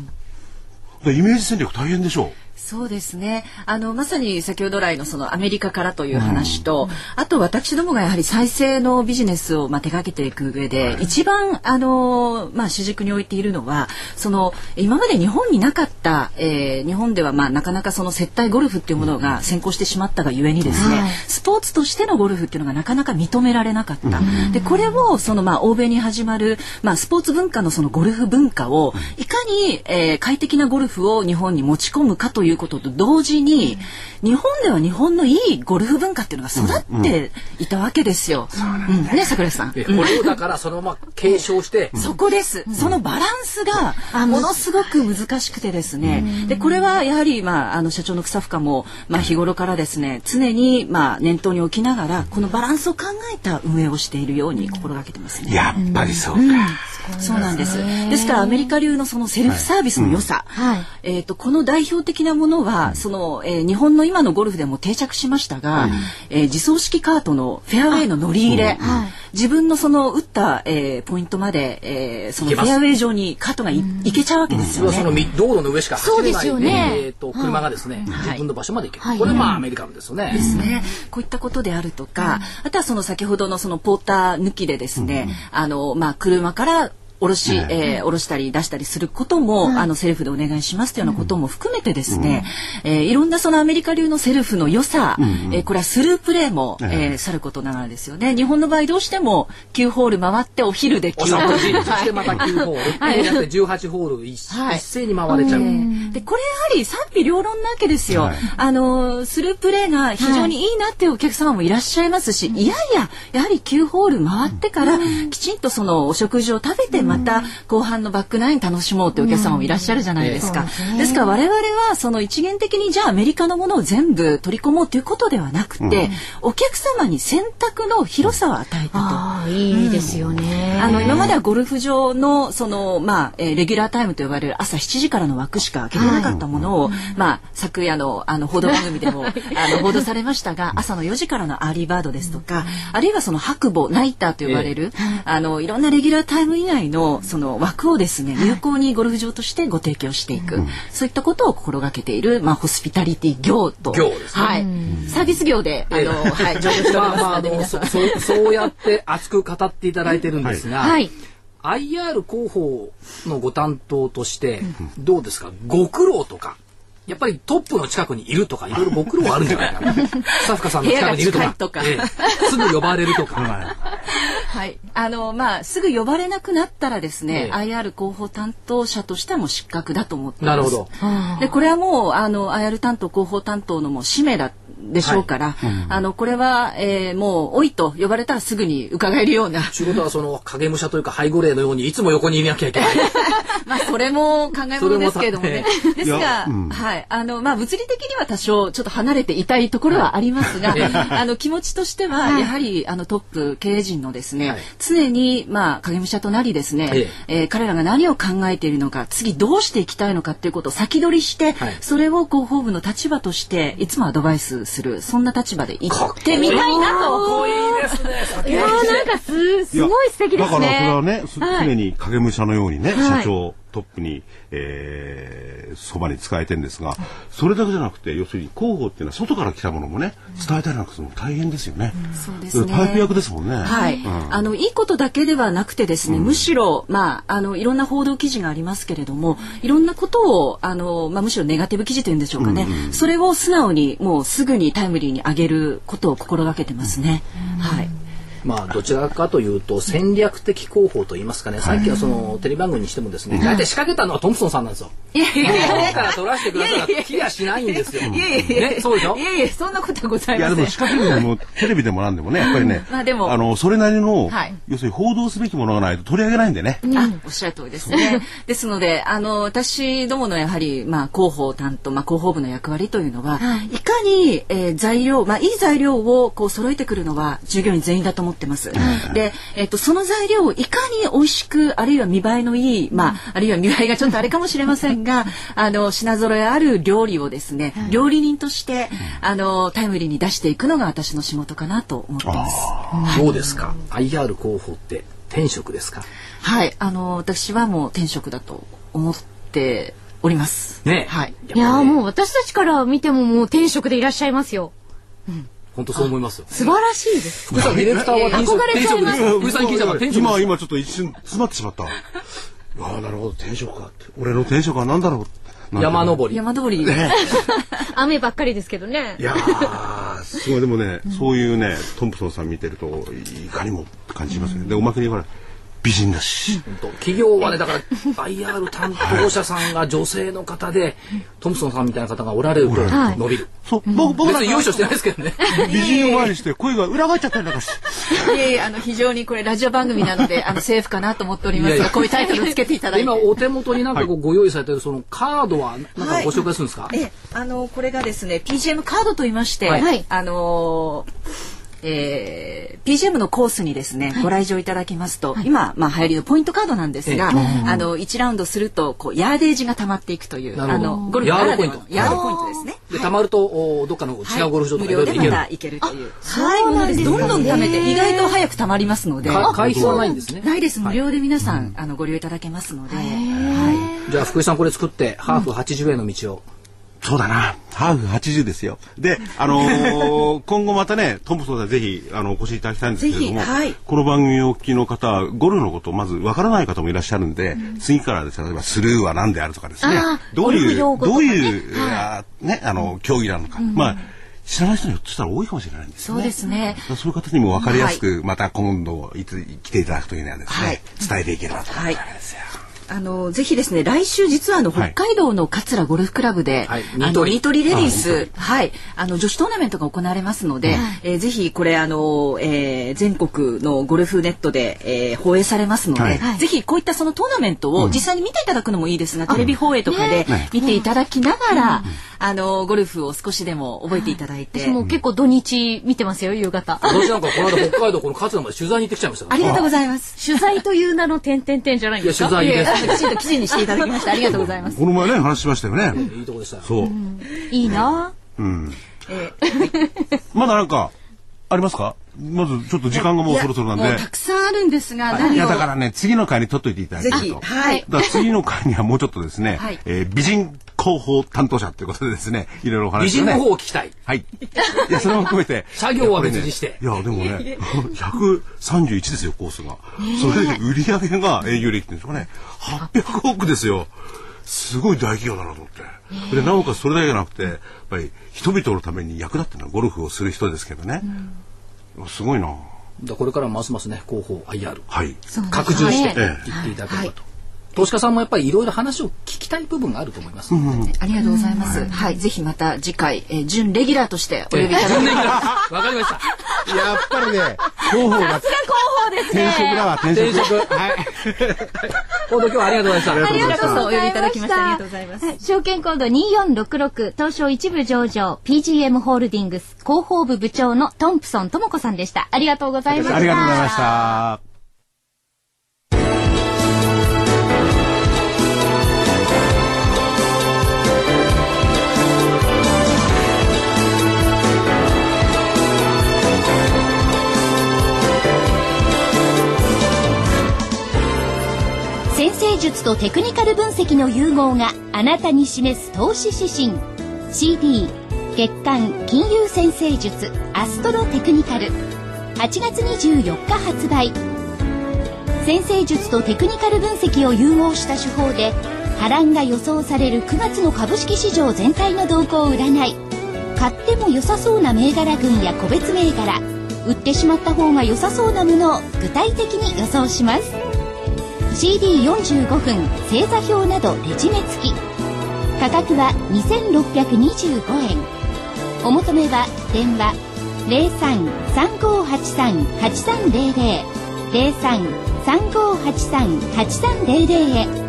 イメージ戦略大変でしょう。 そうですね。あのまさに先ほど来のそのアメリカからという話と、うん、あと私どもがやはり再生のビジネスをまあ手掛けていく上で、はい、一番あのまあ主軸に置いているのは、その今まで日本になかった、えー、日本ではまあなかなかその接待ゴルフっていうものが先行してしまったがゆえにですね、はい、スポーツとしてのゴルフっていうのがなかなか認められなかった。うん、でこれをそのまあ欧米に始まるまあスポーツ文化のそのゴルフ文化をいかに、えー、快適なゴルフを日本に持ち込むかということと同時に、日本では日本のいいゴルフ文化っていうのが育っていたわけですよ。うんうん、ね、桜井さん。 これをだからそのまま継承して、 うん、そこです。そのバランスがものすごく難しくてですね。でこれはやはりまああの社長の草深もまあ日頃からですね、常にまあ念頭に置きながらこのバランスを考えた運営をしているように心がけてますね。 やっぱりそうか。 うんそうなんです。ですからアメリカ流のそのセルフサービスの良さ、はいうん、えっとこの代表的なものはその、えー、日本の今のゴルフでも定着しましたが、うんえー、自走式カートのフェアウェイの乗り入れ、自分のその打った、えー、ポイントまで、えー、そのフェアウェイ上にカートがい、いけちゃうわけですよね。 その道路の上しか走れない、ねえー、と車がですね、はい、自分の場所まで行ける、はい、これはまあアメリカンですよね。 ですね。こういったことであるとか、うん、あとはその先ほどのそのポーター抜きでですね、うん、あのまあ車から下ろし、えー、下ろしたり出したりすることも、うん、あのセルフでお願いしますというようなことも含めてですね、うんえー、いろんなそのアメリカ流のセルフの良さ、うんえー、これはスループレーも、うんえー、さることながらですよね。日本の場合どうしてもきゅうホール回ってお昼できゅうホール、 そしてまたきゅうホール、はい、やってじゅうはちホール一、はい、一斉に回れちゃう。 でこれやはり賛否両論なわけですよ。はい、あのスループレーが非常にいいなっていうお客様もいらっしゃいますし、はい、いやいややはりきゅうホール回ってから、うん、きちんとそのお食事を食べてまた後半のバックナイン楽しもうというお客様もいらっしゃるじゃないですか。うんですね、ですから我々はその一元的にじゃあアメリカのものを全部取り込もうということではなくて、うん、お客様に選択の広さを与えたと。 あいいですよね。 うん、あの今まではゴルフ場のそのまあ、えー、レギュラータイムと呼ばれる朝しちじからの枠しか開けてなかったものを、はい、まあ昨夜のあの報道番組でもあの報道されましたが、朝のよじからのアーリーバードですとか、あるいはその白母ナイターと呼ばれる、えー、あのいろんなレギュラータイム以外のその枠をですね有効にゴルフ場としてご提供していく、うん、そういったことを心がけている、まあ、ホスピタリティ業と業ですね、 はい、サービス業であの、はい、上場しておりますので皆さんそそうやって熱く語っていただいてるんですが、はい、アイアール 広報のご担当としてどうですか、ご苦労とかやっぱりトップの近くにいるとかいろいろご苦労あるんじゃないかなサフカさんの近くにいるとか、 とか、 ええ、すぐ呼ばれるとかはい、あのまあすぐ呼ばれなくなったらですね、ええ、アイアール 広報担当者としてはもう失格だと思っています。 なるほど。 でこれはもうあの アイアール 担当広報担当のもう使命だでしょうから、はいうん、あのこれは、えー、もうおいと呼ばれたらすぐに伺えるような。 仕事はその影武者というか背後霊のようにいつも横にいなきゃいけない。 まあそれも考え物ですけれどもね。ですが、うん、はいあのまあ物理的には多少ちょっと離れていたいところはありますが、はい、あの気持ちとしてはやはりあのトップ経営陣のですね、はい、常にまあ影武者となりですね、ええー、彼らが何を考えているのか、次どうしていきたいのかっていうことを先取りして、はい、それを広報部の立場としていつもアドバイスする、そんな立場で行ってみたいなと。 かっこいいですね。 いやなんかすすごい素敵ですね。 だからそれはね、はい、常に影武者のようにね、はい、社長トップに、えー、そばに使えてるんですが、それだけじゃなくて要するに広報っていうのは外から来たものもね伝えたりなんかするのも大変ですよね。 うん、そうですね。 パイプ役ですもんね。 はい。うん、あのいいことだけではなくてですね、うん、むしろまああのいろんな報道記事がありますけれども、いろんなことをあのまあむしろネガティブ記事というんでしょうかね。うんうん、それを素直にもうすぐにタイムリーに上げることを心がけてますね。うん、はい。 まあどちらかというと戦略的広報といいますかね、さっきはそのテレビ番組にしてもですね、大体仕掛けたのはトンプソンさんなんですよ。いやいやいやいやから取らせてくださいら気がしないんですよ。いやいやいや、ね、そうでしょ。 いやいやそんなことはございません。 いやでも仕掛けるのもテレビでもなんでもねやっぱりね、まあでもあのそれなりの、はい、要するに報道すべきものがないと取り上げないんでね。 あ、おっしゃる通りですね。ですのであの私どものやはりまあ広報担当、まあ広報部の役割というのは、はい、いかに、えー、材料まあいい材料をこう揃えてくるのは従業員全員だと思思ってます。で、えっと、その材料をいかに美味しく、あるいは見栄えのいい、まあ、あるいは見栄えがちょっとあれかもしれませんが、あの、品揃えある料理をですね、料理人として、あの、タイムリーに出していくのが私の仕事かなと思っています。 どうですか アイアール 広報って転職ですか？ はい、あの、私はもう転職だと思っております。 ね、 はい。 いやもう私たちから見てももう転職でいらっしゃいますよ。 うん。本当そう思いますよ。 素晴らしいです。 福さんディレクターは転職憧れちゃいます。 福さん聞いたから転職。 今今ちょっと一瞬詰まってしまった。ああなるほど転職かって。俺の転職は何だろう。 山登り。 山登り。 雨ばっかりですけどね。 いやーすごいでもね、そういうねトンプソンさん見てるといかにもって感じますね。でおまけにほら美人だし、 企業はねだから アイアール 担当者さんが女性の方でトムプソンさんみたいな方がおられると伸びる。 そう僕僕別に優勝してないですけどね。 美人を前にして声が裏返っちゃったりなんかして。 いえいえあの非常にこれラジオ番組なのであのセーフかなと思っておりますが、こういうタイトルをつけていただいて。 今お手元になんかこうご用意されているそのカードはなんかご紹介するんですか？ はい、えあのこれがですね ピージーエム カードと言いまして、はい、あのーえー、ピージーエム のコースにですね、はい、ご来場いただきますと、はい、今、まあ、流行りのポイントカードなんですが、あのいちラウンドするとこうヤーデージが溜まっていくというあのゴルフならではのヤードポイントですね。 で溜まるとおどっかの違うゴルフ場とかいろいろ行ける、はい、無料でまた行けるという、そうなんです。どんどん貯めて意外と早く溜まりますので、 会費はないんですね。 ないです。無料で皆さん、はい、あのご利用いただけますので、はい、 じゃあ福井さんこれ作ってハーフはちじゅうえんの道を。 そうだな。ハーフはちじゅうですよ。で、あのー、今後またね、トンプソンさんぜひあのお越しいただきたいんですけれども、はい、この番組をお聞きの方、ゴルフのことをまずわからない方もいらっしゃるんで、うん、次からですね、例えばスルーは何であるとかですね、どういう、どういう、はい、ね、あの競技なのか、うん、まあ知らない人にひょっとしたら多いかもしれないんですね。 そうですね。 そういう方にもわかりやすく、また今度いつ来ていただくというのはですね、はい、伝えていければと思うわけですよ。 あのぜひですね来週実はあの北海道の桂ゴルフクラブで、はい、あのニトリレディースはいあの女子トーナメントが行われますので、はい、えー、ぜひこれあの、えー、全国のゴルフネットで、えー、放映されますので、はい、ぜひこういったそのトーナメントを実際に見ていただくのもいいですが、うん、テレビ放映とかで見ていただきながら、うん、あのゴルフを少しでも覚えていただいて、 私も結構土日見てますよ夕方。 私なんかこの間北海道この桂まで取材に行ってきちゃいましたから。 ありがとうございます。 取材という名の点々点じゃないんですか。 いや取材です。 きちんと記事にしていただきましたありがとうございます。 この前ね話しましたよね。 いいとこでした。 そう。 いいな。 うん。えー、まだなんかありますか？まずちょっと時間がもうそろそろなんで。 もうたくさんあるんですが、 何を。いやだからね次の回に取っといていただきたいと。 はい。 だから次の回にはもうちょっとですね、はい、えー、美人広報担当者ということでですね、いろいろお話をね。 美人の方を聞きたい。 はい。いやそれも含めて。 作業は別にして。 いやでもね、ひゃくさんじゅういちですよコースが。それで売り上げが営業利益っていうんですかね、はっぴゃくおくですよ。すごい大企業だなと思って。でなおかつそれだけじゃなくて、やっぱり人々のために役立ってるのはゴルフをする人ですけどね。うん、すごいな。 これからますますね広報 アイアール、 はい、 拡充していっていただければと。はいはい、投資家さんもやっぱりいろいろ話を聞きたい部分があると思います、ね。 うん、ありがとうございます。はい、はい、ぜひまた次回、えー、準レギュラーとしてお呼びいただきます。準レギュラー。わかりました。 やっぱりね、広報が。 さすが広報ですね。 転職だわ、転職。 はい。今度今日はありがとうございました。 ありがとうございました。 お呼びいただきましてありがとうございます。はい、 証券コードにーよんろくろく東証一部上場 ピージーエム ホールディングス広報部部長のトンプソン智子さんでした。ありがとうございました。 ありがとうございました。 先生術とテクニカル分析の融合があなたに示す投資指針 シーディー 月刊金融先生術アストロテクニカルはちがつにじゅうよっか発売。先生術とテクニカル分析を融合した手法で波乱が予想されるくがつの株式市場全体の動向を占い、買っても良さそうな銘柄群や個別銘柄、売ってしまった方が良さそうなものを具体的に予想します。シーディーよんじゅうご 分星座表などレジ目付き、価格はにせんろっぴゃくにじゅうごえん。お求めは電話 ゼロさん さんごはちさん はちさんゼロゼロ ゼロさん さんごはちさん はちさんゼロゼロ へ。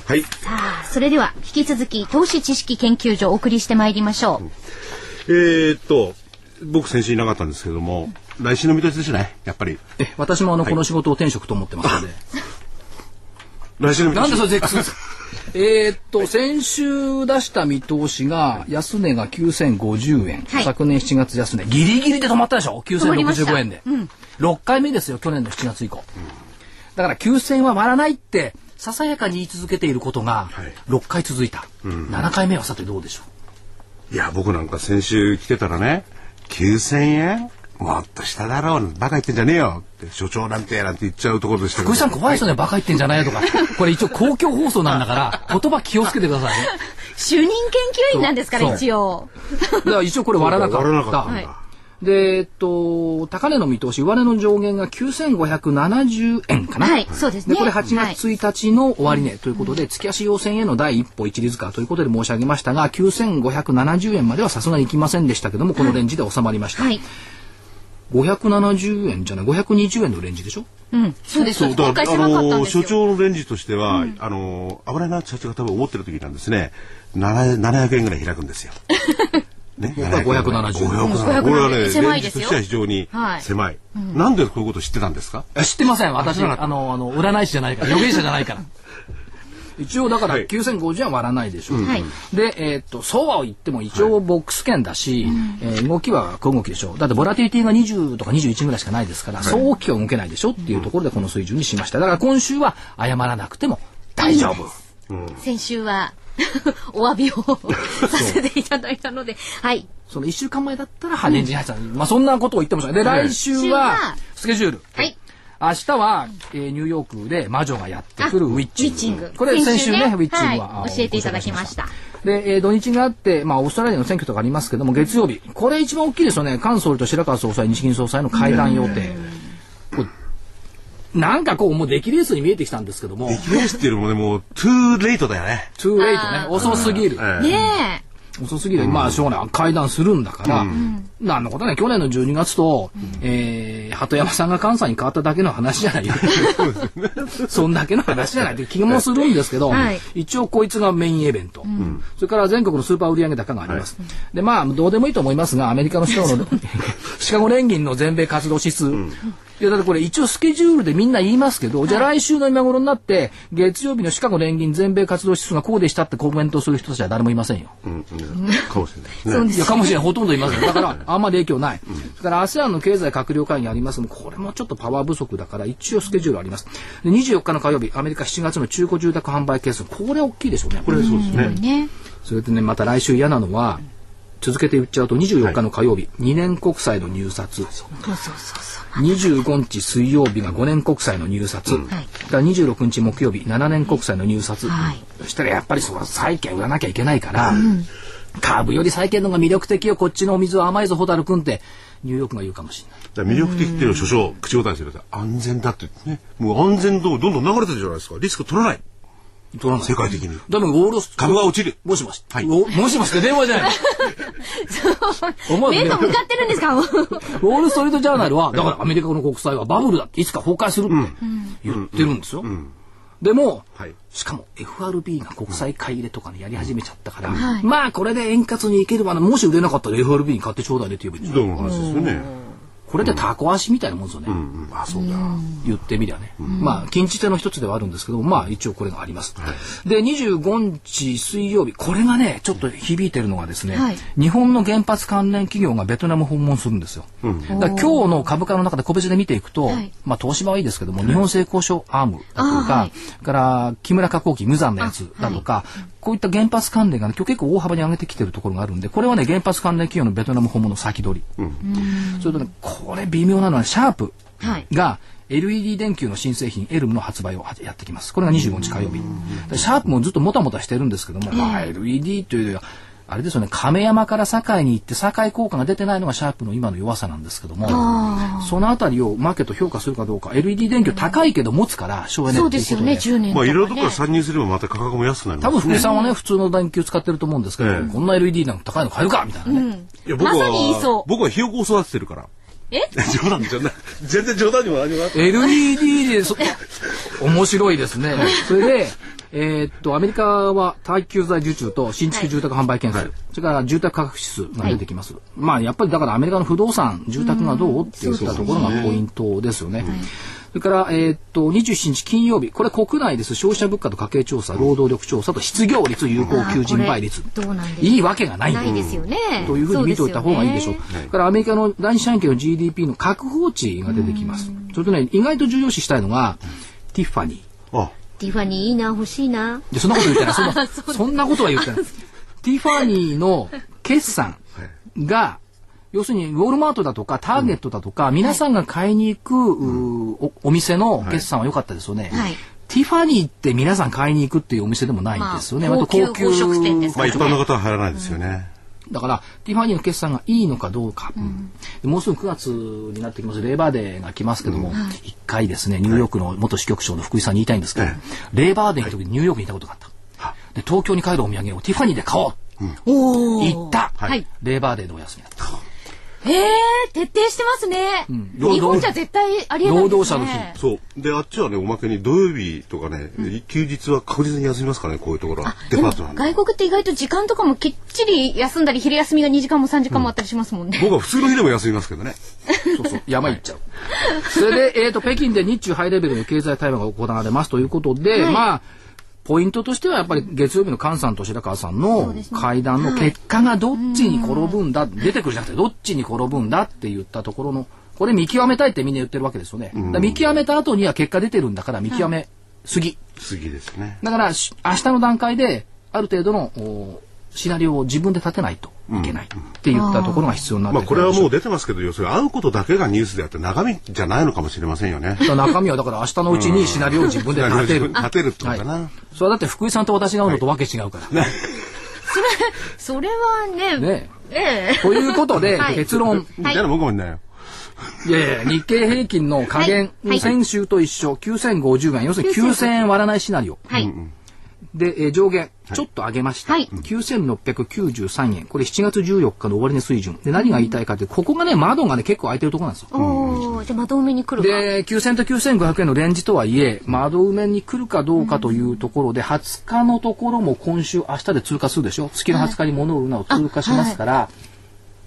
はい。 さあ、それでは引き続き投資知識研究所をお送りしてまいりましょう。うん、 えー、っと僕先週いなかったんですけども、うん、来週の見通しですね。やっぱり。 え、私もあの、はい、この仕事を転職と思ってますので。 来週の見通し。 なんでそれ絶句するんですか。えー、っと先週出した見通しが安値がきゅうせんごじゅうえん、はい、昨年しちがつ安値ギリギリで止まったでしょ。きゅうせんろくじゅうごえんで、うん、ろっかいめですよ、去年のしちがつ以降、うん、だからきゅうせんは割らないってささやかに言い続けていることがろっかい続いた、はい、うん、ななかいめはさてどうでしょう。いや僕なんか先週来てたらね、きゅうせんえんもっと下だろう、バカ言ってんじゃねえよって所長なんてなんて言っちゃうところでしたけど、 福井さん怖いですよね、はい、バカ言ってんじゃないよとかこれ一応公共放送なんだから言葉気をつけてくださいね。 主任研究員なんですから一応。 だから一応これ割らなかった。 割らなかったんだ。はい、 で、えっと高値の見通し、上値の上限がきゅうせんごひゃくななじゅうえんかな。 はい、そうですね。 でこれはちがつついたちの終値ということで、はい、月足要線への第一歩一里塚ということで申し上げましたが、きゅうせんごひゃくななじゅうえんまではさすがに行きませんでしたけども、このレンジで収まりました。はい、ごひゃくななじゅうえんじゃない、ごひゃくにじゅうえんのレンジでしょ。 うん、そうです。 そうだから、あのー、所長のレンジとしては、うん、あのー、危ないなって社長が多分思ってる時なんですね、ななひゃくえんぐらい開くんですよ。 ね、ごひゃくななじゅうえん。 これはね、狭いですよ。レンジとしては非常に狭い。はい、なんでこういうこと知ってたんですか。 知ってません。私、あの、あの、占い師じゃないから、予言者じゃないから。一応だからきゅうせんごじゅうえんは割らないでしょう、はい、で、えー、っとそうは言っても一応ボックス圏だし、はい、えー、動きは小動きでしょう。だってボラティリティがにじゅうとかにじゅういちぐらいしかないですから、はい、そう大きくは動けないでしょっていうところでこの水準にしました。だから今週は謝らなくても大丈夫、 うん、先週はお詫びをさせていただいたので、はい、 そのいっしゅうかんまえだったらレンジに入ってた、うん、まあそんなことを言ってました。で来週はスケジュール、はい、明日は、えー、ニューヨークで魔女がやってくるウィッチング。 ウィッチング。 これ先週ね、ウィッチングは、 はい、教えていただきました。 で、えー、土日があって、まあ、オーストラリアの選挙とかありますけども、月曜日。これ一番大きいですよね。菅総理と白川総裁、日銀総裁の会談予定。なんかこう、もう出来レースに見えてきたんですけども。 出来レースっていうのもね、もう、トゥーレイトだよね。 トゥーレイトね。遅すぎる。 ねえ。 遅すぎる、うん、まあしょうがない、会談するんだから、うん、なんのことね、去年のじゅうにがつと、うん、えー、鳩山さんが関西に変わっただけの話じゃないよそんだけの話じゃないという気もするんですけど、はい、一応こいつがメインイベント、うん、それから全国のスーパー売上高があります、はい、でまあどうでもいいと思いますが、アメリカのシカゴのシカゴ連銀の全米活動指数、うん、いやだってこれ一応スケジュールでみんな言いますけど、じゃあ来週の今頃になって月曜日のシカゴ連銀全米活動指数がこうでしたってコメントする人たちは誰もいませんよ、うん、 かもしれない、ね、 いやかもしれない、ほとんどいません。だからあんまり影響ない、うん、それから アセアン の経済閣僚会議ありますが、これもちょっとパワー不足だから一応スケジュールあります。でにじゅうよっかの火曜日、アメリカしちがつの中古住宅販売件数、これ大きいでしょうね。 これそうですね、うんね、 それでね、また来週嫌なのは続けて言っちゃうとにじゅうよっかの火曜日、はい、にねん国債の入札、そうそうそうそう、にじゅうごにち水曜日がごねん国債の入札、うん、だからにじゅうろくにち木曜日ななねん国債の入札、はい、そしたらやっぱりその債券売らなきゃいけないから、うん、株より債券の方が魅力的よ、こっちのお水は甘いぞ蛍君ってニューヨークが言うかもしれない。 魅力的っていうのを所長口答えしてると安全だってね、もう安全度どんどん流れてるじゃないですか。リスク取らない。 取らない。 世界的に。 だめウォール株が落ちる。 もしもし。はい。もしもしって電話じゃない。 面と向かってるんですか。ウォールストリートジャーナルはだからアメリカの国債はバブルだっていつか崩壊するって言ってるんですよ。うんうんうん、でも、はい、しかも エフアールビー が国債買い入れとかねやり始めちゃったから、うん、まあこれで円滑にいければ、もし売れなかったら エフアールビー に買ってちょうだいでって言えばいいんですよ。 どうも話ですよね。 これでタコ足みたいなもんですよね、うんうん、 あそうだ言ってみりゃね、うん、まあ禁じ手の一つではあるんですけど、まあ一応これがあります、はい、でにじゅうごにち水曜日、これがねちょっと響いてるのがですね、はい、日本の原発関連企業がベトナム訪問するんですよ、うん、だから今日の株価の中で個別で見ていくと、はい、まあ東芝はいいですけども、日本製鋼所アームだとか、はい、から木村加工機無残なやつだとか、はい、こういった原発関連が、ね、今日結構大幅に上げてきてるところがあるんで、これはね原発関連企業のベトナム訪問の先取り、うん、それとねこれ微妙なのはシャープが エルイーディー 電球の新製品エルムの発売をやってきます。これがにじゅうごにち火曜日。シャープもずっともたもたしてるんですけども、まあ、エルイーディー というよりはあれですよね、亀山から堺に行って堺効果が出てないのがシャープの今の弱さなんですけども、そのあたりをマーケット評価するかどうか。 エルイーディー 電球高いけど持つから省エネっていうことで、そうですよね、 じゅうねんとかね、 まあいろいろところ参入すればまた価格も安くなりますね。 多分福井さんはね普通の電球使ってると思うんですけど、ええ、こんな エルイーディー なんか高いの買えるかみたいなね、うん、 いや僕は、まさに言いそう。僕はひよこを育ててるから。 え冗談じゃない。全然冗談にも何もなって。 エルイーディー でそ面白いですね。それで、えー、っと、アメリカは耐久財受注と新築住宅販売件数、はい、それから住宅価格指数が出てきます。はい、まあ、やっぱりだからアメリカの不動産、住宅がどうっていったところがポイントですよね。はい、それから、えー、っと、にじゅうしちにち金曜日、これ国内です。消費者物価と家計調査、労働力調査と失業率、有効求人倍率。いいわけがない。 ないですよね。 というふうに見ておいた方がいいでしょう。それからアメリカの第二四半期の ジーディーピー の確保値が出てきます。それとね、意外と重要視したいのが、ティファニー。 あティファニーいいな、欲しいな。 でそんなこと言ってない。そんなそんなことは言ってない。ティファニーの決算が、要するにウォールマートだとかターゲットだとか、うん、皆さんが買いに行く、うん、お, お店の決算は良かったですよね。はい、ティファニーって皆さん買いに行くっていうお店でもないんですよね。 まあ、高級高食店ですからね。まあ一般の方は入らないですよね。 うん、だからティファニーの決算がいいのかどうか、うん、もうすぐくがつになってきます。レーバーデーが来ますけども、うん、いっかいですねニューヨークの元支局長の福井さんに言いたいんですけど、はい、レーバーデーの時にニューヨークにいたことがあった。はい、で東京に帰るお土産をティファニーで買おう、うん、お行った、はい、レーバーデーのお休みだった。 へえ、徹底してますね。うん、日本じゃ絶対ありえないですね。労働者の日。そう。で、あっちはね、おまけに土曜日とかね、うん、休日は確実に休みますからね、こういうところは。デパートなんで。 外国って意外と時間とかもきっちり休んだり、昼休みがにじかんもさんじかんもあったりしますもんね。 うん、僕は普通の日でも休みますけどね。 そうそう、山行っちゃう。それで、えっと、北京で日中ハイレベルの経済対話が行われますということで、はい、まあ、ポイントとしてはやっぱり月曜日の菅さんと白川さんの会談の結果がどっちに転ぶんだ、出てくるじゃなくてどっちに転ぶんだって言ったところのこれ見極めたいってみんな言ってるわけですよね。だ見極めた後には結果出てるんだから見極めすぎ。 すぎですね。 だから明日の段階である程度のシナリオを自分で立てないといけないって言ったところが必要になってくる。 まあこれはもう出てますけど、要するに会うことだけがニュースであって中身じゃないのかもしれませんよね。 中身はだから明日のうちにシナリオを自分で立てる。 立てるってことかな、はい。 それはだって福井さんと私が会うのとわけ違うから。はい、 それそれはね。 ねえ。ということで、はい、結論。 じゃあ僕もね。 いやいや日経平均の下限、はい、先週と一緒きゅうせんごじゅうえん、要するにきゅうせんえん割らないシナリオ。はい。で、えー、上限ちょっと上げました、はい、きゅうせんろっぴゃくきゅうじゅうさんえん、これしちがつじゅうよっかの終値水準で、何が言いたいかってここがね窓がね結構開いてるところなんですよ。 おー、じゃあ窓埋めに来るか。 できゅうせんときゅうせんごひゃくえんのレンジとはいえ窓埋めに来るかどうかというところで、はつかのところも今週明日で通過するでしょ。月のはつかに物を売るなを通過しますから、はい、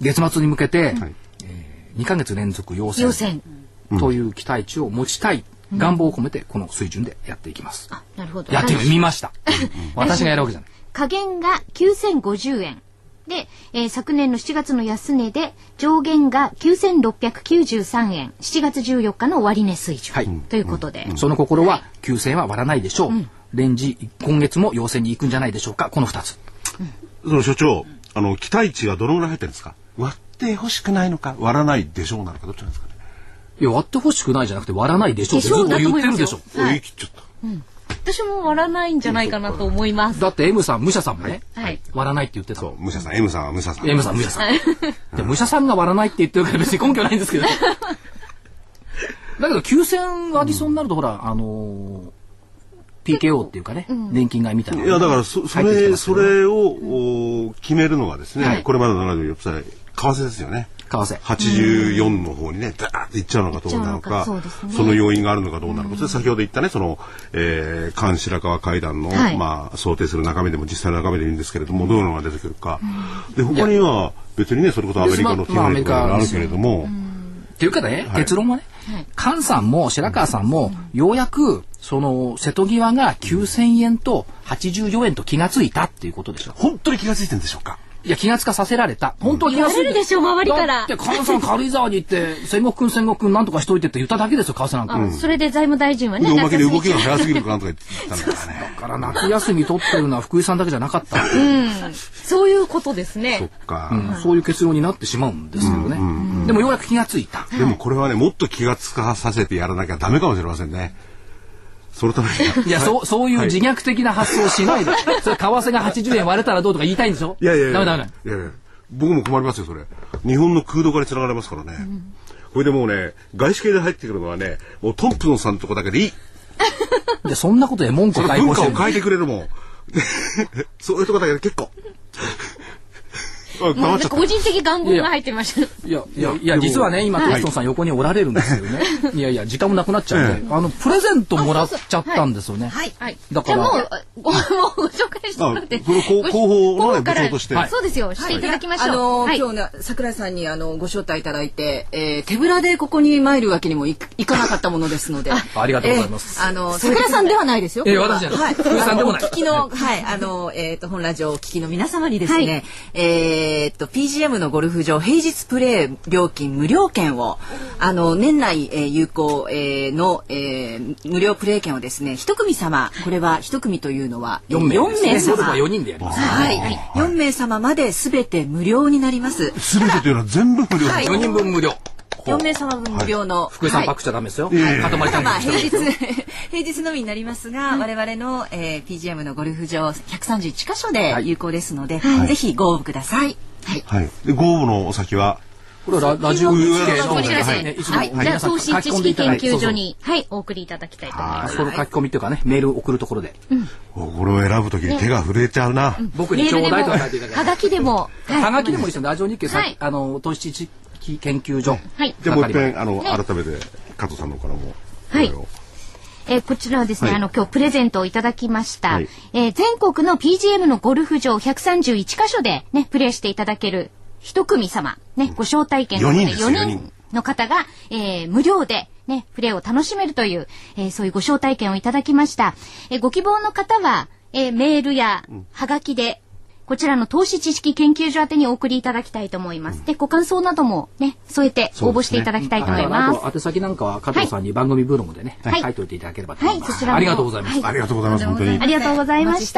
月末に向けて、はい、えー、にかげつ連続陽線という期待値を持ちたい、うん、願望を込めてこの水準でやっていきます。 あ、なるほど。 やってみました。私がやるわけじゃない。 下限がきゅうせんごじゅうえんで、えー、昨年のしちがつの安値で上限がきゅうせんろっぴゃくきゅうじゅうさんえん、しちがつじゅうよっかの終値水準、はい、ということで、 うん、その心はきゅうせんえんは割らないでしょう、うん、レンジ今月も陽線に行くんじゃないでしょうか。このふたつ、 うん、その所長、あの期待値がどのぐらい入ってるんですか。割ってほしくないのか割らないでしょうなのかどっちなんですかね。 いや割ってほしくないじゃなくて割らないでしょうってずっと言ってるでしょ。 はい、言い切っちゃった、 うん、私も割らないんじゃないかなと思います。 だって M さん武者さんもね、はい、割らないって言ってた。 そう武者さん M さんは武者さん M さん武者さんで武者さんが割らないって言ってるから別に根拠ないんですけどだけどきゅうせん割りそうになると、うん、ほらあのー、ピーケーオー っていうかね、うん、年金買いみたいな、 いやだからそ, それそれを、うん、決めるのがですね、はい、これまでのななじゅうよっさい為替ですよね。 為替はちじゅうよんの方にねダーッといっちゃうのかどうなのか、 そ, う、ね、その要因があるのかどうなのか、それ先ほど言ったねその、えー、菅白川会談の、はい、まあ、想定する中身でも実際の中身でいいんですけれども、どういうのが出てくるか、うん、で他には別にねそれこそアメリカのティーとかがあるけれども、 っていうかね、はい、結論はね、はい、菅さんも白川さんも、うん、ようやくその瀬戸際がきゅうせんえんとはちじゅうよえんと気がついたっていうことでしょ。 本当に気がついてるんでしょうか。 いや気がつかさせられた。本当に気がついてる。 言われるでしょ周りから。 だって菅さん軽井沢に行って戦国君戦国君なんとかしといてって言っただけですよ為替なんか、うん、 それで財務大臣はねおまけで動きが早すぎるかなんとか言ったんだからねだから夏休み取ってるのは福井さんだけじゃなかった、 うん、そういうことですね。 そっか、 うん、そういう結論になってしまうんですけどね、うんうんうん、でもようやく気がついた。 でもこれはねもっと気がつかさせてやらなきゃダメかもしれませんね。そのためにいや、はい、そうそういう自虐的な発想をしないで、はい、それ為替がはちじゅうえん割れたらどうとか言いたいんでしょ。 いやいやいやダメダメいやいや僕も困りますよそれ。日本の空洞化につながりますからね、うん、これでもうね外資系で入ってくるのはねもうトンプソンさんのとこだけでいいでそんなことで文句を解放して文化を変えてくれるもんそういうとこだけで結構もう個人的願望が入ってました。 いやいやいや実はね今テストンさん横におられるんですよね。いやいや時間もなくなっちゃうんで、あのプレゼントもらっちゃったんですよね。 はいはい。 だからもうごもうご紹介してもらって。 これ広報の部長として。 そうですよ。していただきましょう。 あの今日ね桜井さんにあのご招待いただいて手ぶらでここに参るわけにもいかなかったものですので。 ありがとうございます。 あの桜井さんではないですよ。 え私じゃない。福井さんでもない。 聞きのはいあのえっと本ラジオを聞きの皆様にですねえっと ピージーエム のゴルフ場平日プレー料金無料券をあの年内、えー、有効、えー、の、えー、無料プレー券をですね一組様これは一組というのはよんめいですね。 様ゴルフはよにんでやります。 はい、はい、よんめい様まで全て無料になります。 全てというのは全部無料。 はい、 よにんぶん無料。 よんめい様分無料の、 はい、福井さんパクっちゃダメですよ。 はい、塊単位まあ平日平日のみになりますが、うん、我々の、えー、ピージーエム のゴルフ場ひゃくさんじゅういちかしょで有効ですので、はい、ぜひご応募ください。 はい。はい、でご応募のお先はこれはラ, ラジオ日経のこちらですね。はい。じゃあ投資知識研究所にはいお送りいただきたいと思います。 その書き込みというかねメールを送るところで。 うん、これを選ぶときに手が震えちゃうな。 うん、僕にちょうだいと書いていただきはがきでもはがきでもいいですよ。ラジオ日経さ、はい、あの投資知識研究所。 はい。じゃあもう一遍あの、はい、改めて加藤さんのからもはい。えー、こちらはですね、はい、あの今日プレゼントをいただきました、はい、えー、全国の ピージーエム のゴルフ場ひゃくさんじゅういちかしょでねプレーしていただける一組様ねご招待券のよにんの方が、えー、無料でねプレーを楽しめるという、えー、そういうご招待券をいただきました、えー、ご希望の方は、えー、メールやはがきでこちらの投資知識研究所宛てにお送りいただきたいと思います。うん、で、ご感想などもね、添えて応募していただきたいと思います。 ね、あと、宛先なんかは加藤さんに番組ブログでね、はい、書いておいていただければと思います。はい、そちらも。ありがとうございます。はい、 ありがとうございます。本当に。 ありがとうございました。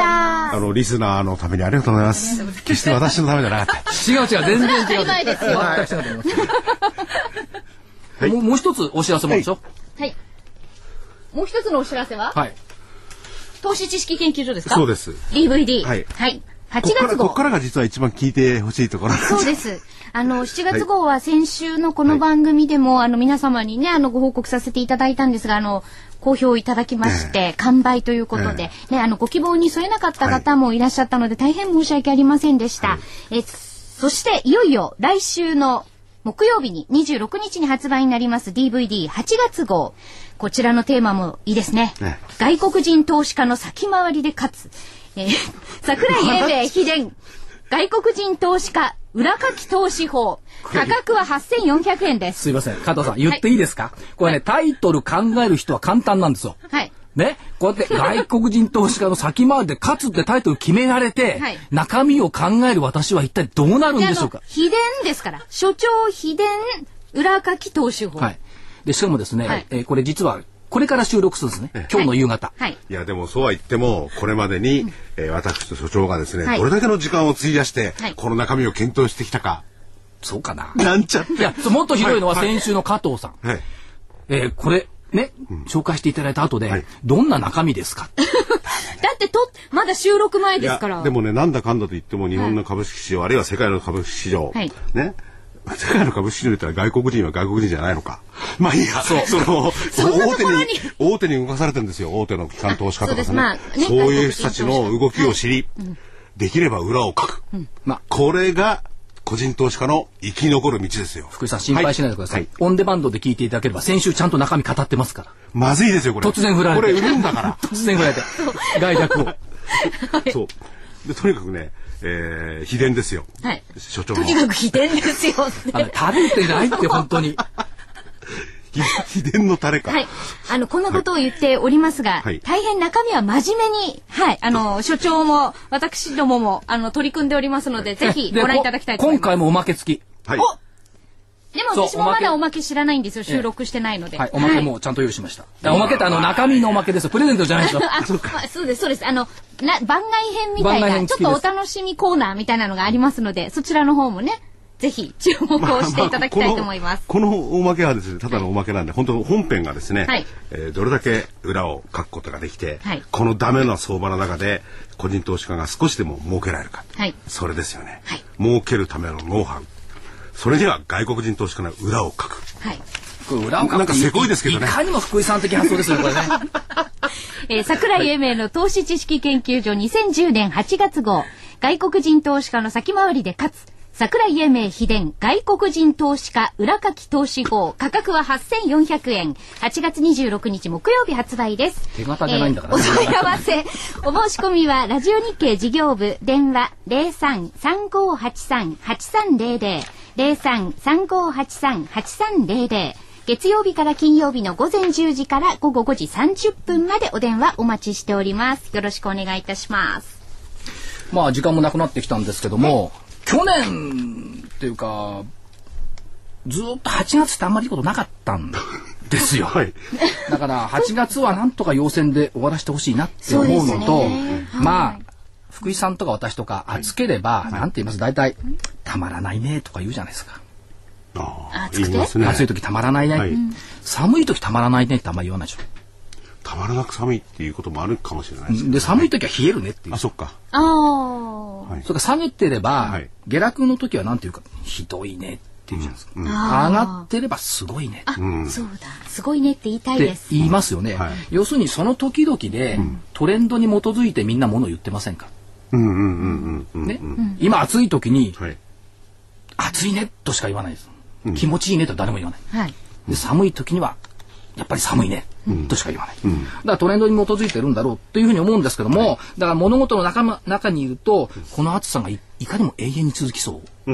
あの、リスナーのためにありがとうございます。決して私のためじゃなかった。 違う違う、全然違う。 当たり前ですよ。 全く違うと思います。はい、もう、もう一つお知らせもでしょ。 はい。もう一つのお知らせははい。 投資知識研究所ですか？ そうです。 ディーブイディー。 はい。 はい。はちがつ号。 ここからが実は一番聞いてほしいところ。 そうです。あの、しちがつ号は先週のこの番組でも、はい、あの、皆様にね、あの、ご報告させていただいたんですが、あの、好評いただきまして、えー、完売ということで、えー、ね、あの、ご希望に添えなかった方もいらっしゃったので、はい、大変申し訳ありませんでした。はい、え、そして、いよいよ来週の木曜日ににじゅうろくにちに発売になります ディーブイディーはちがつ号。こちらのテーマもいいですね。ね、外国人投資家の先回りで勝つ。えー、桜井英明秘伝外国人投資家裏書き投資法価格ははっせんよんひゃくえんです。 すいません加藤さん言っていいですか、はい、これねタイトル考える人は簡単なんですよ。 はい。 ね、こうやって外国人投資家の先回りで勝つってタイトル決められて、はい、中身を考える私は一体どうなるんでしょうか。 秘伝ですから所長秘伝裏書き投資法。 はい。でしかもですね、はい、えー、これ実はこれから収録するんですね。今日の夕方。 はい。 いやでもそうは言ってもこれまでに、うん、えー、私と所長がですね、はい、どれだけの時間を費やして、はい、この中身を検討してきたか。 そうかな。 なんちゃって。 いやもっとひどいのは先週の加藤さん。 はい。 えー、これね、うん、紹介していただいた後で、はい、どんな中身ですか。 だってとまだ収録前ですから。 でもねなんだかんだと言っても日本の株式市場、はい、あるいは世界の株式市場、はい、ね。世界の株式市場で言ったら外国人は外国人じゃないのか。まあいいや。そう。その大手に大手に動かされてるんですよ。大手の機関投資家とかさね。まあ、ねそういう人たちの動きを知り、はい、できれば裏をかく。うん、まあこれが個人投資家の生き残る道ですよ。 福井さん心配しないでください。はい、オンデマンドで聞いていただければ先週ちゃんと中身語ってますから。 まずいですよこれ。 突然振られて。 これ売るんだから。 突然振られて。外役を。 そう。でとにかくね。えー、秘伝ですよ。 はい。 所長の。 とにかく秘伝ですよ。 あの食べてないって本当に。 秘伝のタレか。 はい。あのこんなことを言っておりますが、はい、大変中身は真面目に、はい、あの所長も私どももあの取り組んでおりますので、ぜひご覧いただきたいと思います。 今回もおまけ付き。 はい。 おでも私もまだおまけ知らないんですよ。収録してないので。 はい。おまけもちゃんと用意しました。はい、おまけってあの中身のおまけですよ。プレゼントじゃないですよ。 あ、そうか。そうですそうです。あのな番外編みたいなちょっとお楽しみコーナーみたいなのがありますので、そちらの方もね。ぜひ注目をしていただきたいと思います。 この、このおまけはですね、ただのおまけなんで、はい、本当本編がですね、はい、えー、どれだけ裏を書くことができて、はい、このダメな相場の中で個人投資家が少しでも儲けられるか、はい、それですよね、はい。儲けるためのノウハウ。それには外国人投資家の裏を書く。 はい。 裏を書くなんかせこいですけどね。 いかにも福井さん的発想ですよねこれね。 えー、桜井英明の投資知識研究所にせんじゅうねんはちがつ号外国人投資家の先回りで勝つ。 桜井英明秘伝外国人投資家裏書き投資法、価格ははっせんよんひゃくえん、はちがつにじゅうろくにち木曜日発売です。 手形じゃないんだから、 ね、えー、お問い合わせお申し込みはラジオ日経事業部電話 ゼロさん さんごはちさん はちさんゼロゼロ ゼロさん さんごはちさん はちさんゼロゼロ、月曜日から金曜日の午前じゅうじから午後ごじさんじゅっぷんまでお電話お待ちしております。よろしくお願いいたします。 まあ時間もなくなってきたんですけども、去年っていうかずっとはちがつってあんまりいいことなかったんですよ、はい、だからはちがつはなんとか陽線で終わらせてほしいなって思うのと、ね、まあ福井さんとか私とか暑ければ、はい、なんて言います、大体たまらないねとか言うじゃないですか。 あ暑くて、 ね、暑い時たまらないね、はい、寒い時たまらないねってあんまり言わないでしょ。 たまらなく寒いっていうこともあるかもしれないです、ね、 で寒い時は冷えるねっていう。 あ、そっか。 ああ、 はい、それから下げてれば、はい、下落の時はなんていうかひどいねっていうじゃないですか、うん、上がってればすごいね、 あ、うん、そうだ、すごいねって言いたいです。 言いますよね、はい、要するにその時々で、うん、トレンドに基づいてみんなものを言ってませんか。今暑い時に、はい、暑いねとしか言わないです、うん、気持ちいいねと誰も言わない、はい、で寒い時にはやっぱり寒いね、うん、としか言わない、うん、だからトレンドに基づいてるんだろうというふうに思うんですけども、はい、だから物事の中、中にいるとこの暑さが い, いかにも永遠に続きそう、うん、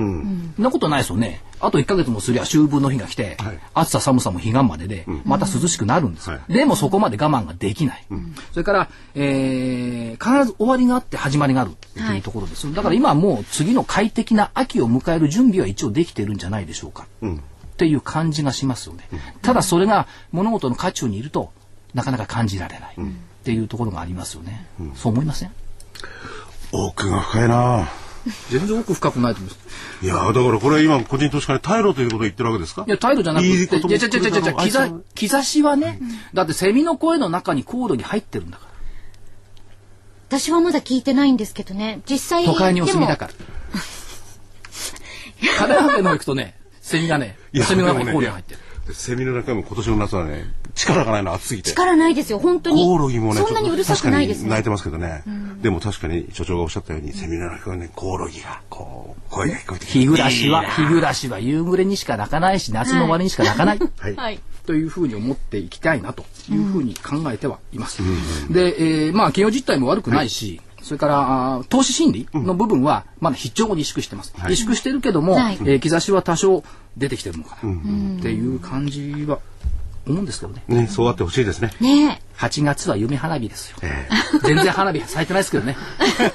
そんなことないですよね。あといっかげつもすりゃ秋分の日が来て、はい、暑さ寒さも彼岸までで、うん、また涼しくなるんです、はい、でもそこまで我慢ができない、うん、それから、えー、必ず終わりがあって始まりがあるというところです、はい、だから今はもう次の快適な秋を迎える準備は一応できてるんじゃないでしょうか、うん、っていう感じがしますよね、うん、ただそれが物事の渦中にいるとなかなか感じられない、うん、っていうところがありますよね、うん、そう思いません？ 奥が深いな。 全然奥深くないと思います。 いやだからこれ今個人投資家に耐えろということを言ってるわけですか？ いや耐えろじゃなくて、いいこともいやいやいやいや兆しはね、うん、だってセミの声の中にコードに入ってるんだから。 私はまだ聞いてないんですけどね、実際都会にお住みだから金ヶ岳の行くとね、セミがね、セミの中にコオロギが入ってる。 セミの中も今年の夏はね、力がないの暑すぎて。 力ないですよ、本当に。 コオロギもね、 そんなにうるさくないですね。 泣いてますけどね。うん、でも確かに所長がおっしゃったように、セミの中はね、コオロギがこう声が聞こえてきて。 日暮らしは日暮らしは夕暮れにしか鳴かないし、夏の終わりにしか鳴かない。はい。というふうに思っていきたいなというふうに考えてはいます。うん、で、えー、まあ企業実態も悪くないし。はい、それから投資心理の部分はまだ非常に萎縮してます、はい、萎縮してるけども、はい、えー、兆しは多少出てきてるのかな、うん、っていう感じは思うんですけどね。 ね、そうあってほしいですね。 ね、 はちがつは夢花火ですよ、えー、全然花火咲いてないですけどね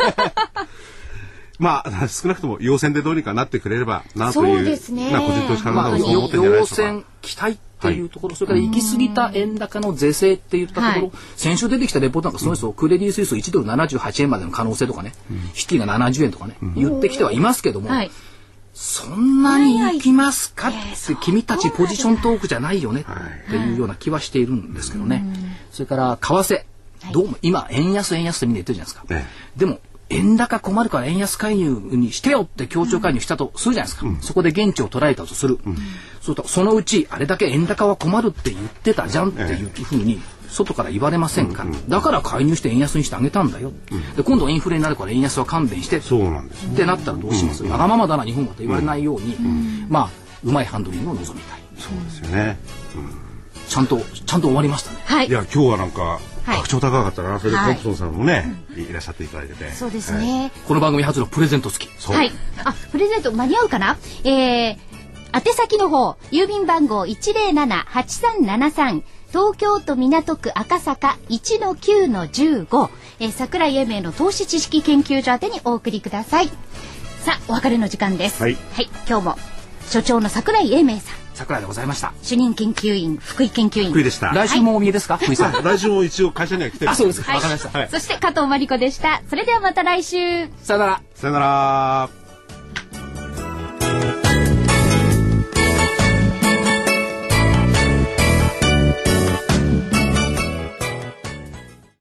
まあ少なくとも陽線でどうにかなってくれればなという、そうですね、まあ個人投資家の方もそう思ってるんじゃないでしょうか。 陽線期待っていうところ、はい、それから行き過ぎた円高の是正っていったところ、はい、先週出てきたレポートなんかすごいですよ、うん、クレディ・スイスいちドルななじゅうはちえんまでの可能性とかね、うん、シティがななじゅうえんとかね、うん、言ってきてはいますけども、はい、そんなに行きますかって、君たちポジショントークじゃないよねっていうような気はしているんですけどね、はい、それから為替、どうも今円安円安ってみんな言ってるじゃないですか、はい、でも円高困るから円安介入にしてよって協調介入したとするじゃないですか、うん、そこで現地を捉えたとする、うん、そうとそのうちあれだけ円高は困るって言ってたじゃんっていうふうに外から言われませんか、うんうん、だから介入して円安にしてあげたんだよ、うん、で今度インフレになるから円安は勘弁してそうなんです、ね、ってなったらどうします、うん、わがままだな日本はと言われないように、うん、まあうまいハンドリングを望みたい。 そうですよね、うん、 ちゃんとちゃんと終わりましたね。 はい、いや今日はなんか格調高かったな、それでコンプトンさんもね、はい、いらっしゃっていただいてて、 そうですね、はい、 この番組初のプレゼント付き。 はい、あプレゼント間に合うかな、えー、宛先の方郵便番号 いちぜろななはちさんななさん 東京都港区赤坂 いちのきゅうのじゅうご、えー、桜井英明の投資知識研究所宛てにお送りください。さあお別れの時間です。はい、はい、今日も所長の桜井英明さん、 桜井でございました。 主任研究員福井研究員福井でした。 来週もお見えですか、はい、福井さん来週も一応会社には来てる。 あ、そうですか、 はい、 わかりました、はい、 そして加藤真理子でした。それではまた来週。 さよなら。 さよなら。